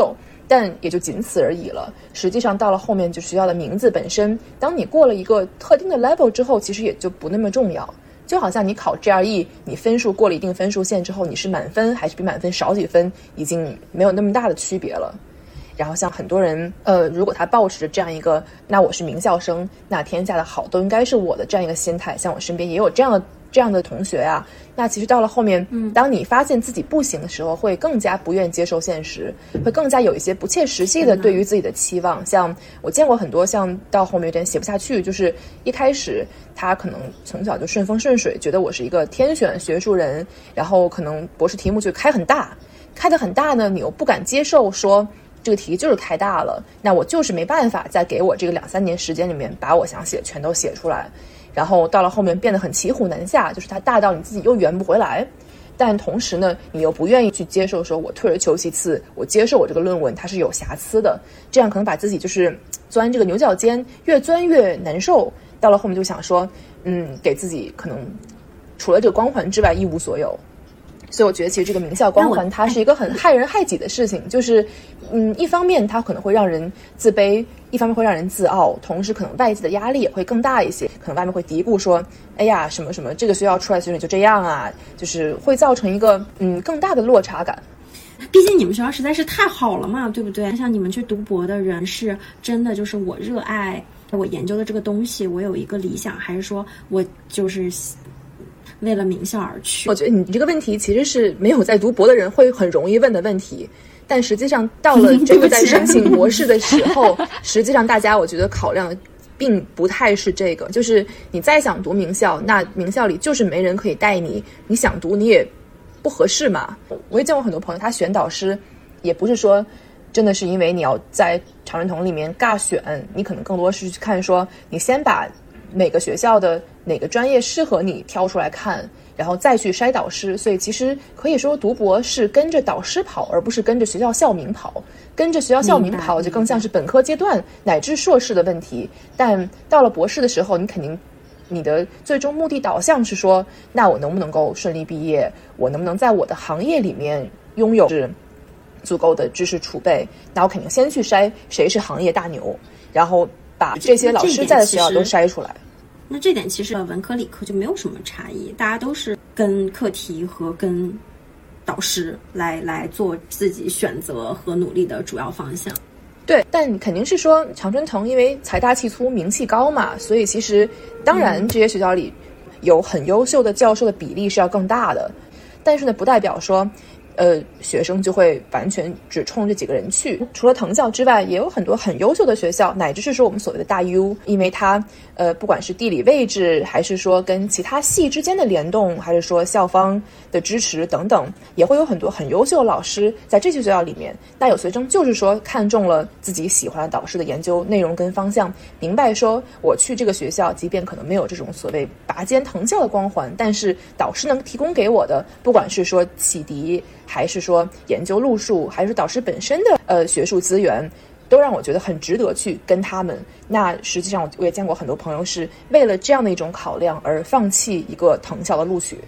S3: 但也就仅此而已了。实际上到了后面，就学校的名字本身，当你过了一个特定的 level 之后，其实也就不那么重要。就好像你考 GRE， 你分数过了一定分数线之后，你是满分还是比满分少几分，已经没有那么大的区别了。然后像很多人如果他抱持着这样一个那我是名校生，那天下的好都应该是我的这样一个心态，像我身边也有这样的同学啊，那其实到了后面当你发现自己不行的时候，会更加不愿接受现实，会更加有一些不切实际的对于自己的期望。像我见过很多像到后面有点写不下去，就是一开始他可能从小就顺风顺水，觉得我是一个天选学术人，然后可能博士题目就开很大，开得很大呢，你又不敢接受说这个题就是开大了，那我就是没办法再给我这个2-3年时间里面把我想写全都写出来。然后到了后面变得很骑虎难下，就是它大到你自己又圆不回来，但同时呢你又不愿意去接受说我退而求其次，我接受我这个论文它是有瑕疵的，这样可能把自己就是钻这个牛角尖，越钻越难受。到了后面就想说给自己可能除了这个光环之外一无所有。所以我觉得其实这个名校光环它是一个很害人害己的事情，就是一方面它可能会让人自卑，一方面会让人自傲，同时可能外界的压力也会更大一些，可能外面会嘀咕说哎呀什么什么这个学校出来学生就这样啊，就是会造成一个更大的落差感。
S4: 毕竟你们学校实在是太好了嘛，对不对？像你们去读博的人是真的就是我热爱我研究的这个东西，我有一个理想，还是说我就是为了名校而去？
S3: 我觉得你这个问题其实是没有在读博的人会很容易问的问题，但实际上到了这个在申请博士的时候实际上大家我觉得考量并不太是这个，就是你再想读名校，那名校里就是没人可以带你，你想读你也不合适嘛。我也见过很多朋友他选导师也不是说真的是因为你要在常春藤里面尬选，你可能更多是去看说你先把每个学校的哪个专业适合你挑出来看，然后再去筛导师。所以其实可以说读博是跟着导师跑，而不是跟着学校校名跑。跟着学校校名跑就更像是本科阶段乃至硕士的问题，但到了博士的时候，你肯定你的最终目的导向是说，那我能不能够顺利毕业，我能不能在我的行业里面拥有足够的知识储备，那我肯定先去筛谁是行业大牛，然后把这些老师在的学校都筛出来。
S4: 那这点其实文科理科就没有什么差异，大家都是跟课题和跟导师来做自己选择和努力的主要方向。
S3: 对，但肯定是说常春藤因为财大气粗名气高嘛，所以其实当然这些学校里有很优秀的教授的比例是要更大的，但是呢不代表说学生就会完全只冲这几个人去。除了藤校之外，也有很多很优秀的学校，乃至是说我们所谓的大 U， 因为它不管是地理位置，还是说跟其他系之间的联动，还是说校方的支持等等，也会有很多很优秀的老师在这些学校里面。那有学生就是说看中了自己喜欢的导师的研究内容跟方向，明白说我去这个学校，即便可能没有这种所谓拔尖藤校的光环，但是导师能提供给我的，不管是说启迪，还是说研究路数，还是导师本身的学术资源，都让我觉得很值得去跟他们。那实际上我也见过很多朋友是为了这样的一种考量而放弃一个藤校的录取。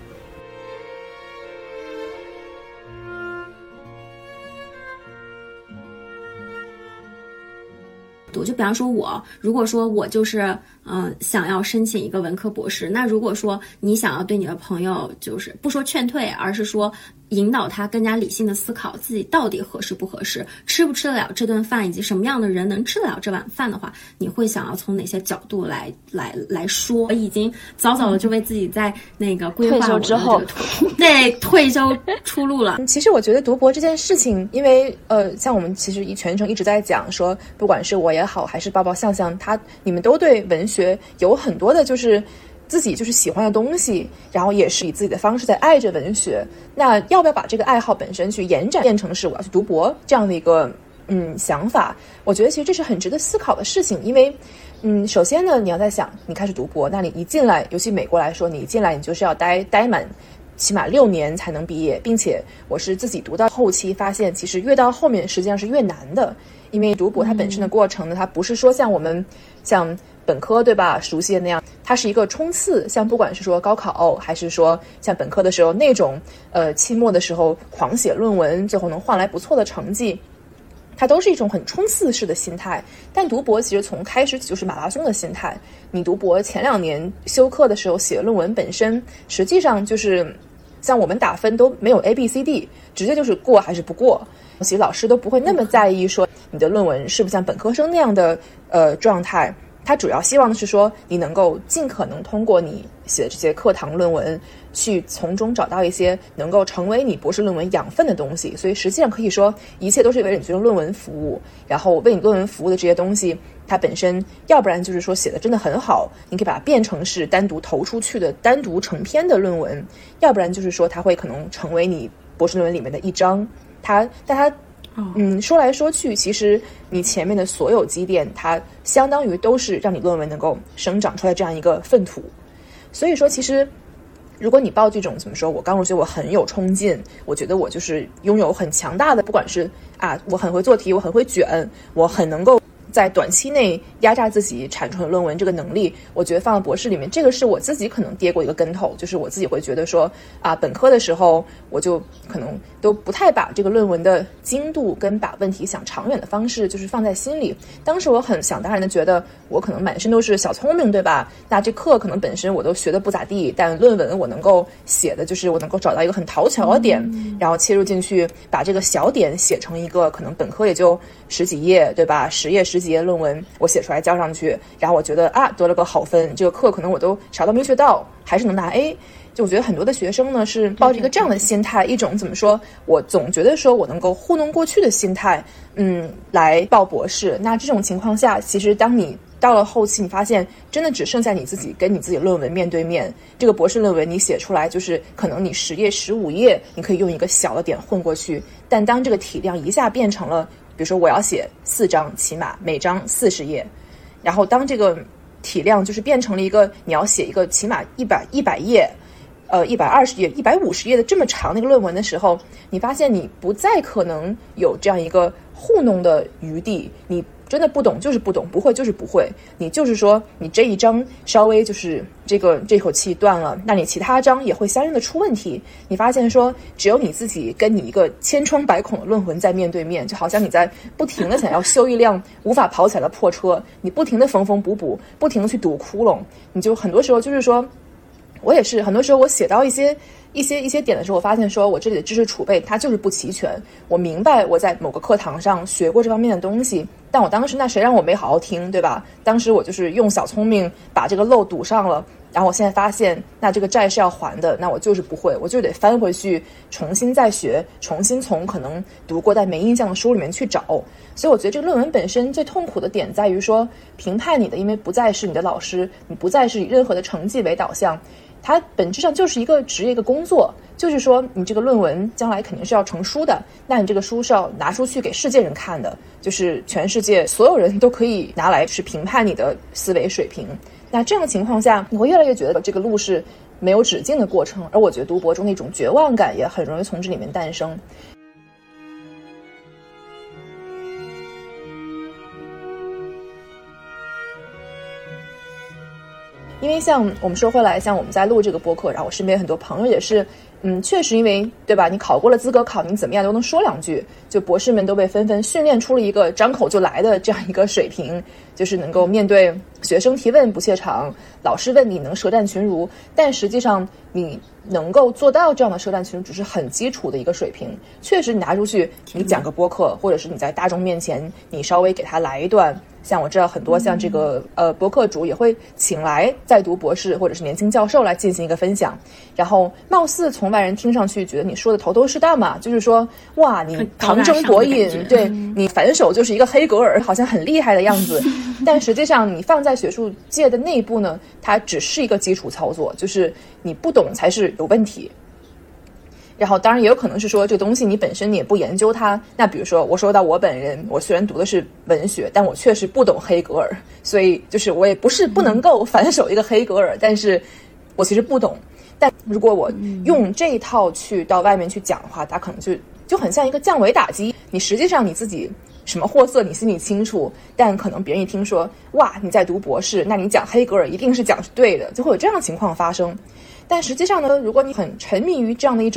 S4: 就比方说如果说我就是想要申请一个文科博士，那如果说你想要对你的朋友就是不说劝退，而是说引导他更加理性的思考自己到底合适不合适，吃不吃得了这顿饭，以及什么样的人能吃得了这碗饭的话，你会想要从哪些角度来说？我已经早早的就为自己在那个规划我的这个对退休出路了。
S3: 其实我觉得读博这件事情，因为像我们其实全程一直在讲说，不管是我也好，还是抱抱向向你们都对文学有很多的就是自己就是喜欢的东西，然后也是以自己的方式在爱着文学。那要不要把这个爱好本身去延展变成是我要去读博这样的一个想法，我觉得其实这是很值得思考的事情。因为首先呢，你要在想你开始读博，那你一进来，尤其美国来说，你一进来你就是要待满起码6年才能毕业，并且我是自己读到后期发现，其实越到后面实际上是越难的。因为读博它本身的过程呢，它不是说像我们像本科对吧熟悉的那样，它是一个冲刺，像不管是说高考，还是说像本科的时候那种期末的时候狂写论文，最后能换来不错的成绩。 它都是一种很冲刺式的心态。但读博其实从开始就是马拉松的心态。你读博前2年修课的时候写论文本身，实际上就是像我们打分都没有 ABCD， 直接就是过还是不过。其实老师都不会那么在意说你的论文是不是像本科生那样的状态，他主要希望的是说你能够尽可能通过你写的这些课堂论文去从中找到一些能够成为你博士论文养分的东西。所以实际上可以说一切都是为你这种论文服务，然后为你论文服务的这些东西，它本身要不然就是说写的真的很好，你可以把它变成是单独投出去的单独成篇的论文，要不然就是说它会可能成为你博士论文里面的一章。但它说来说去，其实你前面的所有积淀，它相当于都是让你论文能够生长出来这样一个粪土。所以说其实如果你抱这种怎么说，我刚入学我很有冲劲，我觉得我就是拥有很强大的，不管是我很会做题，我很会卷，我很能够在短期内压榨自己产出论文这个能力，我觉得放到博士里面，这个是我自己可能跌过一个跟头，就是我自己会觉得说本科的时候我就可能都不太把这个论文的精度跟把问题想长远的方式就是放在心里。当时我很想当然的觉得我可能满身都是小聪明，对吧？那这课可能本身我都学的不咋地，但论文我能够写的就是我能够找到一个很讨巧的点，然后切入进去，把这个小点写成一个可能本科也就10几页，对吧？10页10几页论文我写出来交上去，然后我觉得得了个好分，这个课可能我都啥都没学到，还是能拿 A。就我觉得很多的学生呢是抱着一个这样的心态，一种怎么说，我总觉得说我能够糊弄过去的心态来报博士。那这种情况下，其实当你到了后期，你发现真的只剩下你自己跟你自己论文面对面。这个博士论文你写出来，就是可能你10页15页你可以用一个小的点混过去，但当这个体量一下变成了，比如说我要写4章，起码每章40页，然后当这个体量就是变成了一个你要写一个起码100页120页150页的这么长的一个论文的时候，你发现你不再可能有这样一个糊弄的余地。你真的不懂就是不懂，不会就是不会，你就是说你这一章稍微就是这口气断了，那你其他章也会相应的出问题。你发现说只有你自己跟你一个千疮百孔的论文在面对面，就好像你在不停的想要修一辆无法跑起来的破车，你不停的缝缝补补，不停的去堵窟窿，你就很多时候就是说，我也是很多时候我写到一些点的时候，我发现说我这里的知识储备它就是不齐全。我明白我在某个课堂上学过这方面的东西，但我当时那谁让我没好好听，对吧？当时我就是用小聪明把这个漏堵上了，然后我现在发现那这个债是要还的，那我就是不会，我就得翻回去重新再学，重新从可能读过但没印象的书里面去找。所以我觉得这个论文本身最痛苦的点在于说，评判你的因为不再是你的老师，你不再是以任何的成绩为导向，它本质上就是一个职业一个工作，就是说你这个论文将来肯定是要成书的，那你这个书是要拿出去给世界人看的，就是全世界所有人都可以拿来去评判你的思维水平。那这样的情况下，你会越来越觉得这个路是没有止境的过程，而我觉得读博中那种绝望感也很容易从这里面诞生。因为像我们说回来，像我们在录这个播客，然后我身边很多朋友也是确实因为对吧，你考过了资格考，你怎么样都能说两句，就博士们都被纷纷训练出了一个张口就来的这样一个水平，就是能够面对学生提问不怯场，老师问你能舌战群儒，但实际上你能够做到这样的舌战群儒只是很基础的一个水平。确实你拿出去你讲个播客，或者是你在大众面前你稍微给他来一段，像我知道很多像这个播客主也会请来在读博士或者是年轻教授来进行一个分享，然后貌似从外人听上去觉得你说的头头是道嘛，就是说哇你旁征博引，对，你反手就是一个黑格尔，好像很厉害的样子但实际上你放在学术界的内部呢，它只是一个基础操作，就是你不懂才是有问题。然后当然也有可能是说这个东西你本身你也不研究它，那比如说我说到我本人，我虽然读的是文学，但我确实不懂黑格尔，所以就是我也不是不能够反手一个黑格尔，但是我其实不懂。但如果我用这一套去到外面去讲的话，它可能就很像一个降维打击，你实际上你自己什么货色你心里清楚，但可能别人一听说哇你在读博士，那你讲黑格尔一定是讲是对的，就会有这样的情况发生。但实际上呢，如果你很沉迷于这样的一种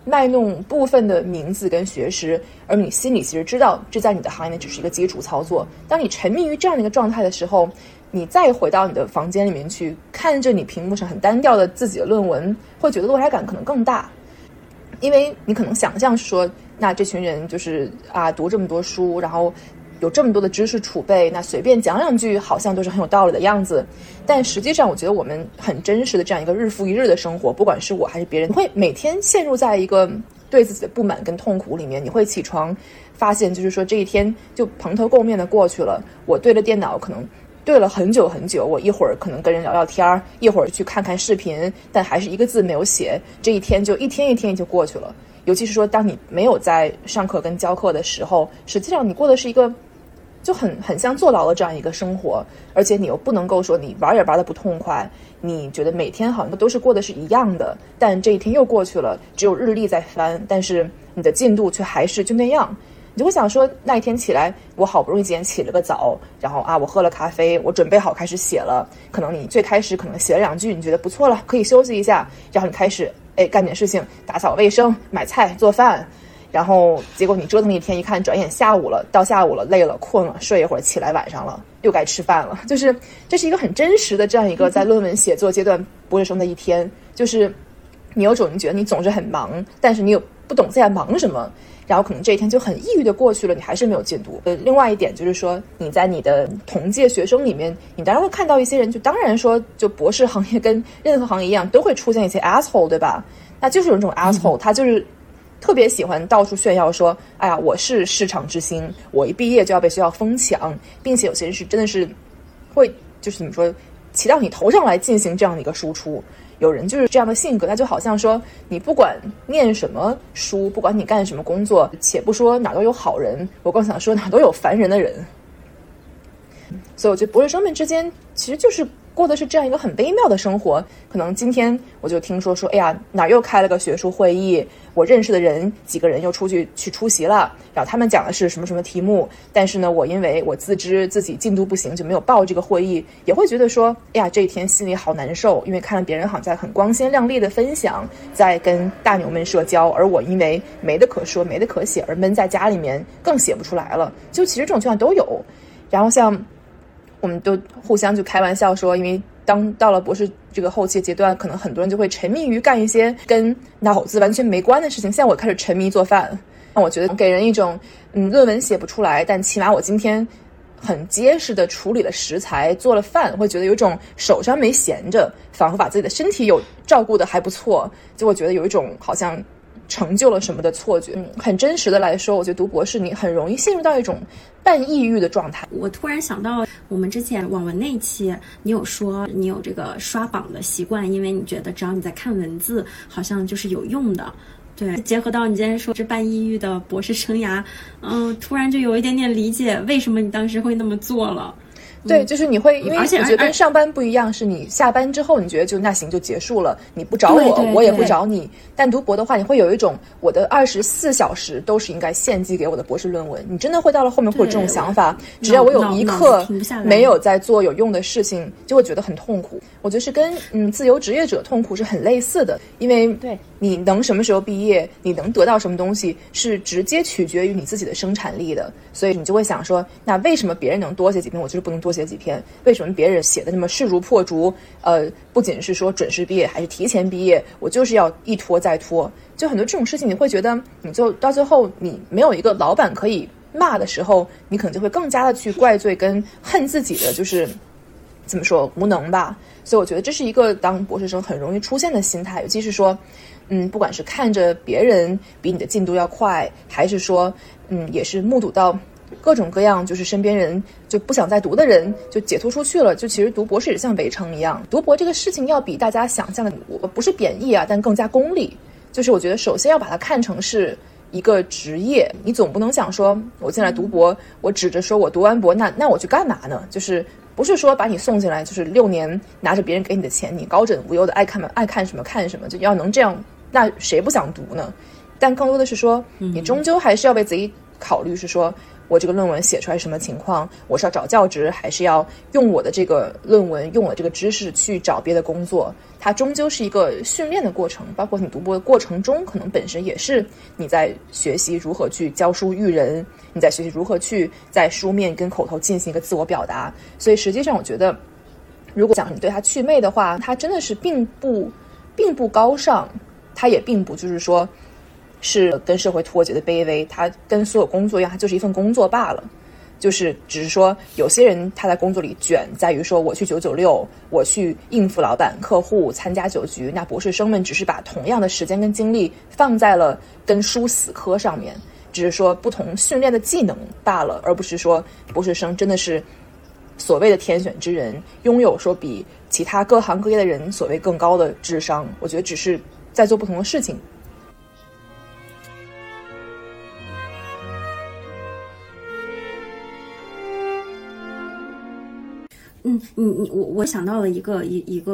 S3: 卖弄部分的名字跟学识，而你心里其实知道这在你的行业内只是一个基础操作。当你沉迷于这样的一个状态的时候，你再回到你的房间里面去看着你屏幕上很单调的自己的论文，会觉得落差感可能更大。因为你可能想象说，那这群人就是读这么多书，然后有这么多的知识储备，那随便讲两句好像都是很有道理的样子。但实际上我觉得我们很真实的这样一个日复一日的生活，不管是我还是别人，你会每天陷入在一个对自己的不满跟痛苦里面。你会起床发现就是说这一天就蓬头垢面的过去了，我对着电脑可能对了很久很久，我一会儿可能跟人聊聊天，一会儿去看看视频，但还是一个字没有写，这一天就一天一天就过去了。尤其是说当你没有在上课跟教课的时候，实际上你过的是一个就很像坐牢的这样一个生活，而且你又不能够说你玩也玩得不痛快，你觉得每天好像都是过的是一样的，但这一天又过去了，只有日历在翻，但是你的进度却还是就那样。你就会想说，那一天起来，我好不容易今天起了个早，然后我喝了咖啡，我准备好开始写了。可能你最开始可能写了两句，你觉得不错了，可以休息一下，然后你开始干点事情，打扫卫生、买菜、做饭，然后结果你折腾一天，一看转眼下午了，到下午了，累了，困了，睡一会儿，起来晚上了，又该吃饭了。就是这是一个很真实的这样一个在论文写作阶段博士生的一天，就是你有种你觉得你总是很忙，但是你又不懂在忙什么。然后可能这一天就很抑郁的过去了，你还是没有进度。另外一点就是说，你在你的同届学生里面，你当然会看到一些人，就当然说，就博士行业跟任何行业一样，都会出现一些 asshole， 对吧？那就是有这种 asshole，他就是特别喜欢到处炫耀说，哎呀，我是市场之星，我一毕业就要被学校疯抢，并且有些人是真的是会就是怎么说，骑到你头上来进行这样的一个输出。有人就是这样的性格，那就好像说你不管念什么书，不管你干什么工作，且不说哪都有好人，我更想说哪都有烦人的人。所以我觉得博士生们之间其实就是过的是这样一个很微妙的生活。可能今天我就听说哎呀，哪又开了个学术会议，我认识的人几个人又去出席了，然后他们讲的是什么什么题目，但是呢，我因为我自知自己进度不行，就没有报这个会议，也会觉得说，哎呀，这一天心里好难受，因为看到别人好像在很光鲜亮丽的分享，在跟大牛们社交，而我因为没得可说没得可写而闷在家里面，更写不出来了。就其实这种情况都有。然后像我们都互相就开玩笑说，因为当到了博士这个后期阶段，可能很多人就会沉迷于干一些跟脑子完全没关的事情。像我开始沉迷做饭，我觉得给人一种论文写不出来，但起码我今天很结实的处理了食材，做了饭，会觉得有一种手上没闲着，仿佛把自己的身体有照顾的还不错，就我觉得有一种好像成就了什么的错觉。很真实的来说，我觉得读博士你很容易陷入到一种半抑郁的状态。
S4: 我突然想到我们之前网文那一期，你有说你有这个刷榜的习惯，因为你觉得只要你在看文字好像就是有用的。对，结合到你今天说这半抑郁的博士生涯，突然就有一点点理解为什么你当时会那么做了。
S3: 对，就是你会，因为我觉得跟上班不一样，是你下班之后你觉得就那行就结束了，你不找我，我也不找你。但读博的话，你会有一种我的24小时都是应该献祭给我的博士论文。你真的会到了后面会有这种想法，只要我有一刻没有在做有用的事情，就会觉得很痛苦。我觉得是跟自由职业者痛苦是很类似的，因为
S2: 对
S3: 你能什么时候毕业，你能得到什么东西，是直接取决于你自己的生产力的。所以你就会想说，那为什么别人能多写几篇，我就是不能多写几篇？为什么别人写的那么势如破竹？不仅是说准时毕业，还是提前毕业，我就是要一拖再拖。就很多这种事情，你会觉得你就到最后你没有一个老板可以骂的时候，你可能就会更加的去怪罪跟恨自己的就是怎么说无能吧。所以我觉得这是一个当博士生很容易出现的心态，尤其是说不管是看着别人比你的进度要快，还是说也是目睹到各种各样就是身边人就不想再读的人就解脱出去了，就其实读博士也像围城一样。读博这个事情要比大家想象的，我不是贬义但更加功利。就是我觉得首先要把它看成是一个职业，你总不能想说我进来读博，我指着说我读完博那我去干嘛呢？就是不是说把你送进来就是6年拿着别人给你的钱，你高枕无忧的爱看什么看什么，就要能这样，那谁不想读呢？但更多的是说你终究还是要为自己考虑是说我这个论文写出来什么情况，我是要找教职，还是要用我的这个论文，用我的这个知识去找别的工作。它终究是一个训练的过程，包括你读博的过程中，可能本身也是你在学习如何去教书育人，你在学习如何去在书面跟口头进行一个自我表达。所以实际上我觉得，如果讲你对它祛魅的话，它真的是并不高尚，它也并不就是说是跟社会脱节的卑微，它跟所有工作一样，它就是一份工作罢了。就是只是说有些人他在工作里卷，在于说我去996，我去应付老板客户，参加酒局，那博士生们只是把同样的时间跟精力放在了跟书死磕上面，只是说不同训练的技能罢了，而不是说博士生真的是所谓的天选之人，拥有说比其他各行各业的人所谓更高的智商。我觉得只是在做不同的事情。
S4: 我想到了一个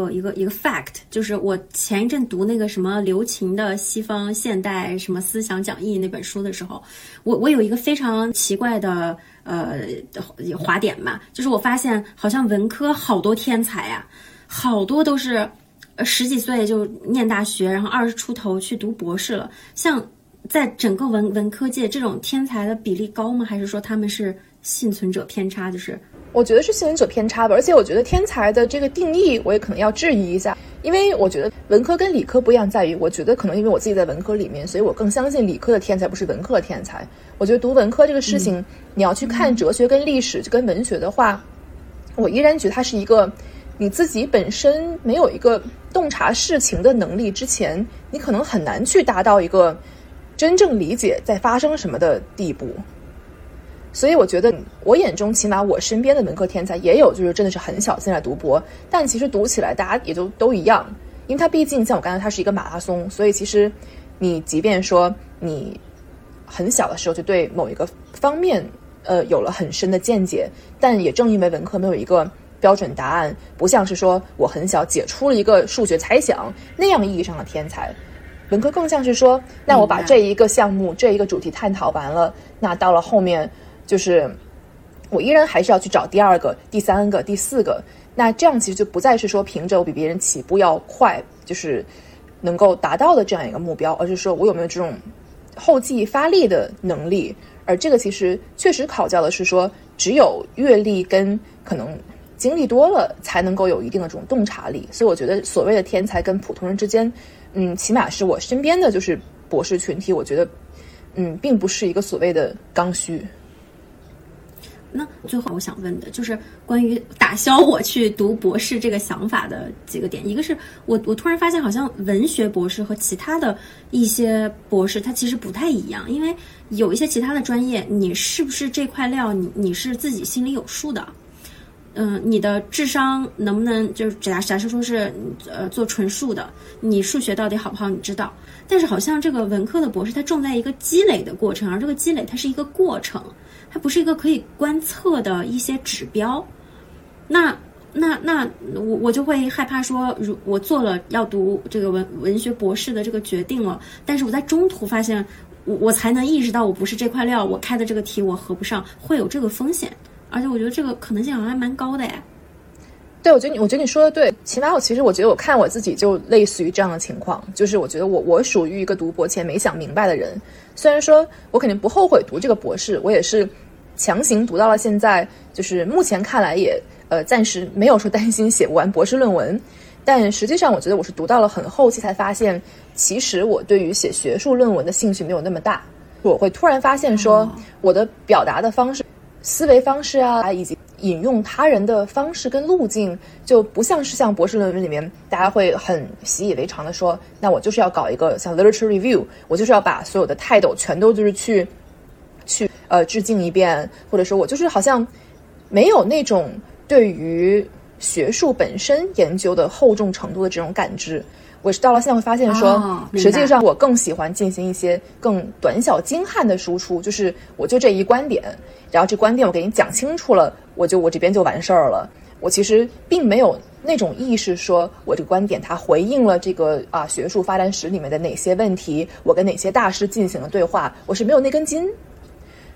S4: fact， 就是我前一阵读那个什么刘擎的《西方现代什么思想讲义》那本书的时候，我有一个非常奇怪的滑点嘛，就是我发现好像文科好多天才啊，好多都是10几岁就念大学，然后20出头去读博士了。像在整个文科界，这种天才的比例高吗？还是说他们是幸存者偏差？就是
S3: 我觉得是幸存者偏差吧，而且我觉得天才的这个定义我也可能要质疑一下，因为我觉得文科跟理科不一样，在于我觉得可能因为我自己在文科里面，所以我更相信理科的天才不是文科的天才。我觉得读文科这个事情，你要去看哲学跟历史跟文学的话，我依然觉得它是一个你自己本身没有一个洞察事情的能力之前，你可能很难去达到一个真正理解在发生什么的地步。所以我觉得我眼中起码我身边的文科天才也有就是真的是很小进来读博，但其实读起来大家也就都一样，因为它毕竟像我刚才它是一个马拉松，所以其实你即便说你很小的时候就对某一个方面有了很深的见解，但也正因为文科没有一个标准答案，不像是说我很小解出了一个数学猜想那样意义上的天才，文科更像是说那我把这一个项目这一个主题探讨完了，那到了后面就是我依然还是要去找第2个第3个第4个，那这样其实就不再是说凭着我比别人起步要快就是能够达到的这样一个目标，而是说我有没有这种后继发力的能力。而这个其实确实考教的是说只有阅历跟可能经历多了才能够有一定的这种洞察力。所以我觉得所谓的天才跟普通人之间起码是我身边的就是博士群体，我觉得并不是一个所谓的刚需。
S4: 那最后我想问的就是关于打消我去读博士这个想法的几个点。一个是我突然发现好像文学博士和其他的一些博士它其实不太一样，因为有一些其他的专业你是不是这块料你是自己心里有数的。你的智商能不能就是假设说是做纯数的，你数学到底好不好你知道，但是好像这个文科的博士它重在一个积累的过程，而这个积累它是一个过程，它不是一个可以观测的一些指标。那我就会害怕说，我做了要读这个文学博士的这个决定了，但是我在中途发现我才能意识到我不是这块料，我开的这个题我合不上，会有这个风险。而且我觉得这个可能性好像还蛮高的哎。
S3: 对，我觉得你说的对，起码我觉得我看我自己就类似于这样的情况，就是我觉得我属于一个读博前没想明白的人，虽然说我肯定不后悔读这个博士，我也是强行读到了现在，就是目前看来也暂时没有说担心写不完博士论文，但实际上我觉得我是读到了很后期才发现，其实我对于写学术论文的兴趣没有那么大，我会突然发现说我的表达的方式思维方式啊，以及引用他人的方式跟路径，就不像是像博士论文里面大家会很习以为常的说，那我就是要搞一个像 literature review， 我就是要把所有的title全都就是去致敬一遍，或者说我就是好像没有那种对于学术本身研究的厚重程度的这种感知。我是到了现在会发现说，实际上我更喜欢进行一些更短小精悍的输出，就是我就这一观点，然后这观点我给你讲清楚了，我这边就完事儿了。我其实并没有那种意识说我这个观点它回应了这个学术发展史里面的哪些问题，我跟哪些大师进行了对话，我是没有那根筋。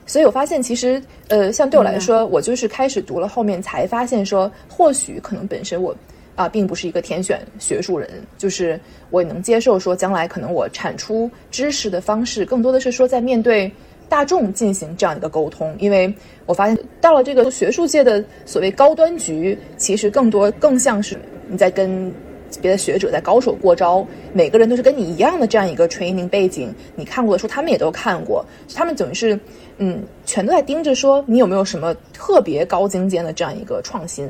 S3: 所以我发现其实像对我来说，我就是开始读了后面才发现说，或许可能本身我并不是一个天选学术人，就是我也能接受说将来可能我产出知识的方式更多的是说在面对大众进行这样一个沟通。因为我发现到了这个学术界的所谓高端局，其实更像是你在跟别的学者在高手过招，每个人都是跟你一样的这样一个 training 背景，你看过的书他们也都看过，他们等于是全都在盯着说你有没有什么特别高精尖的这样一个创新。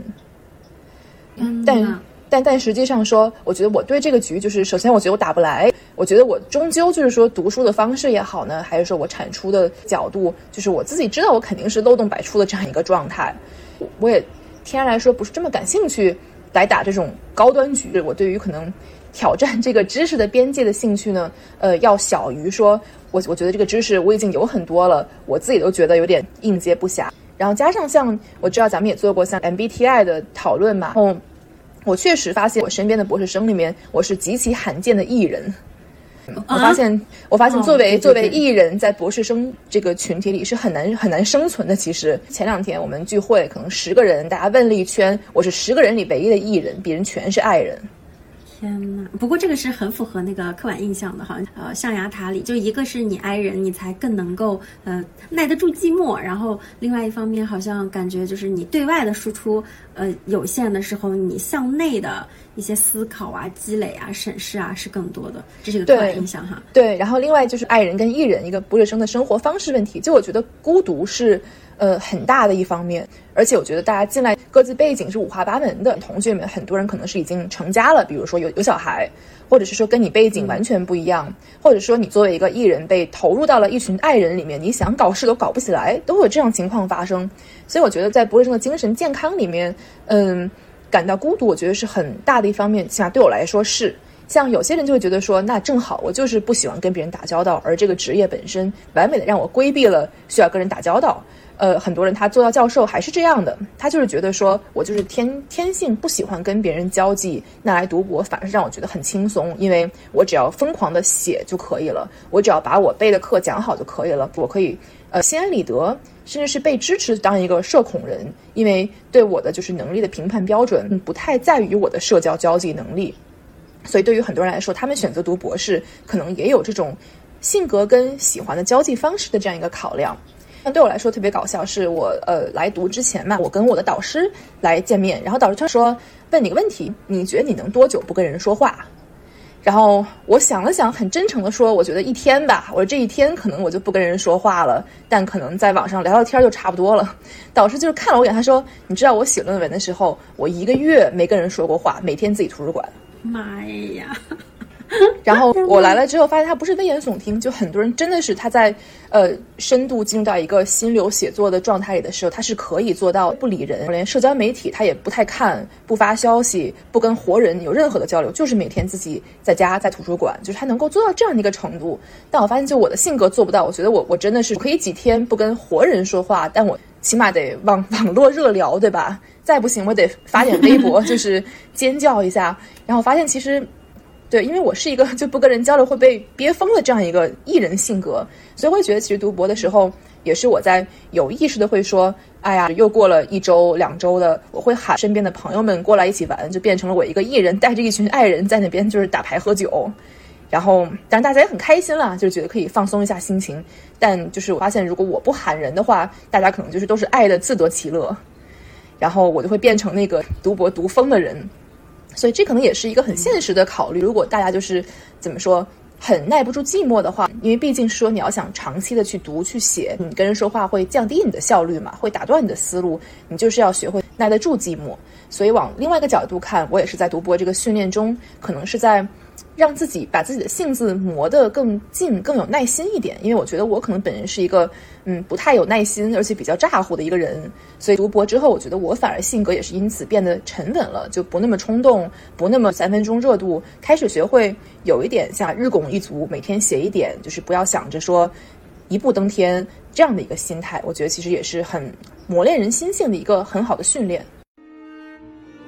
S3: 但实际上说，我觉得我对这个局就是首先我觉得我打不来，我觉得我终究就是说读书的方式也好呢，还是说我产出的角度，就是我自己知道我肯定是漏洞百出的这样一个状态，我也天然来说不是这么感兴趣来打这种高端局。我对于可能挑战这个知识的边界的兴趣呢，要小于说我觉得这个知识我已经有很多了，我自己都觉得有点应接不暇。然后加上像我知道咱们也做过像 MBTI 的讨论嘛，然后我确实发现我身边的博士生里面，我是极其罕见的 E 人。我发现作为 E 人在博士生这个群体里是很难生存的。其实前2天我们聚会，可能10个人，大家问了一圈，我是10个人里唯一的 E 人，别人全是 I 人。
S4: 天哪！不过这个是很符合那个刻板印象的哈，象牙塔里就一个是你 I 人，你才更能够耐得住寂寞，然后另外一方面好像感觉就是你对外的输出有限的时候，你向内的一些思考啊、积累啊、审视啊是更多的，这是个刻板印象哈。
S3: 对，然后另外就是 I 人跟 E 人一个博士生的生活方式问题，就我觉得孤独是很大的一方面，而且我觉得大家进来各自背景是五花八门的，同学们很多人可能是已经成家了，比如说有小孩，或者是说跟你背景完全不一样，或者说你作为一个 E 人被投入到了一群 I 人里面，你想搞事都搞不起来，都有这样情况发生。所以我觉得在博士生的精神健康里面，感到孤独我觉得是很大的一方面，起码对我来说是。像有些人就会觉得说，那正好我就是不喜欢跟别人打交道，而这个职业本身完美的让我规避了需要跟人打交道。很多人他做到教授还是这样的，他就是觉得说我就是天性不喜欢跟别人交际，那来读博反而是让我觉得很轻松，因为我只要疯狂的写就可以了，我只要把我背的课讲好就可以了，我可以心安理得，甚至是被支持当一个社恐人，因为对我的就是能力的评判标准不太在于我的社交交际能力。所以对于很多人来说，他们选择读博士可能也有这种性格跟喜欢的交际方式的这样一个考量。那对我来说特别搞笑是我来读之前嘛，我跟我的导师来见面，然后导师他说问你个问题，你觉得你能多久不跟人说话？然后我想了想，很真诚的说，我觉得1天吧，我说这1天可能我就不跟人说话了，但可能在网上聊聊天就差不多了。导师就是看了我一眼，他说你知道我写论文的时候，我1个月没跟人说过话，每天自己图书馆。
S4: 妈呀！
S3: 然后我来了之后发现他不是危言耸听，就很多人真的是他在深度进入到一个心流写作的状态里的时候，他是可以做到不理人，连社交媒体他也不太看，不发消息，不跟活人有任何的交流，就是每天自己在家在图书馆，就是他能够做到这样的一个程度。但我发现就我的性格做不到，我觉得我真的是可以几天不跟活人说话，但我起码得网络热聊，对吧？再不行我得发点微博就是尖叫一下。然后发现其实对，因为我是一个就不跟人交流会被憋疯的这样一个艺人性格，所以我会觉得其实读博的时候也是我在有意识的会说，哎呀又过了1周2周的，我会喊身边的朋友们过来一起玩，就变成了我一个艺人带着一群爱人在那边就是打牌喝酒。然后当然大家也很开心啦，就是觉得可以放松一下心情，但就是我发现如果我不喊人的话，大家可能就是都是爱的自得其乐，然后我就会变成那个读博读疯的人。所以这可能也是一个很现实的考虑，如果大家就是怎么说很耐不住寂寞的话，因为毕竟说你要想长期的去读去写，你跟人说话会降低你的效率嘛，会打断你的思路，你就是要学会耐得住寂寞。所以往另外一个角度看，我也是在读博这个训练中，可能是在让自己把自己的性子磨得更近更有耐心一点，因为我觉得我可能本人是一个不太有耐心而且比较咋呼的一个人，所以读博之后我觉得我反而性格也是因此变得沉稳了，就不那么冲动，不那么3分钟热度，开始学会有一点像日拱一卒，每天写一点，就是不要想着说一步登天这样的一个心态，我觉得其实也是很磨练人心性的一个很好的训练。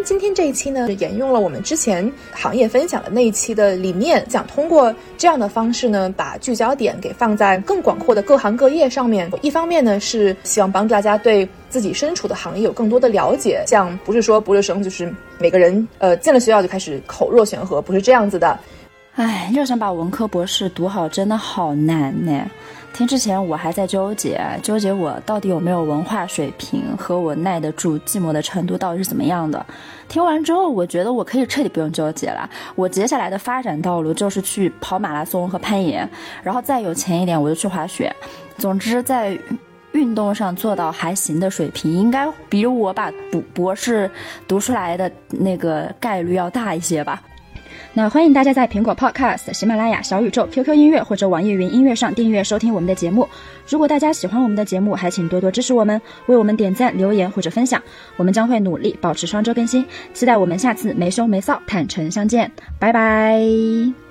S3: 今天这一期呢，沿用了我们之前行业分享的那一期的理念，想通过这样的方式呢，把聚焦点给放在更广阔的各行各业上面。一方面呢，是希望帮助大家对自己身处的行业有更多的了解，像不是说博士生就是每个人进了学校就开始口若悬河，不是这样子的。
S2: 哎，要想把文科博士读好真的好难呢。听之前我还在纠结我到底有没有文化水平和我耐得住寂寞的程度到底是怎么样的。听完之后，我觉得我可以彻底不用纠结了。我接下来的发展道路就是去跑马拉松和攀岩，然后再有钱一点我就去滑雪。总之在运动上做到还行的水平，应该比我把博士读出来的那个概率要大一些吧。那欢迎大家在苹果 Podcast、喜马拉雅、小宇宙、QQ 音乐或者网易云音乐上订阅收听我们的节目。如果大家喜欢我们的节目，还请多多支持我们，为我们点赞、留言或者分享，我们将会努力保持双周更新。期待我们下次没羞没臊坦诚相见，拜拜。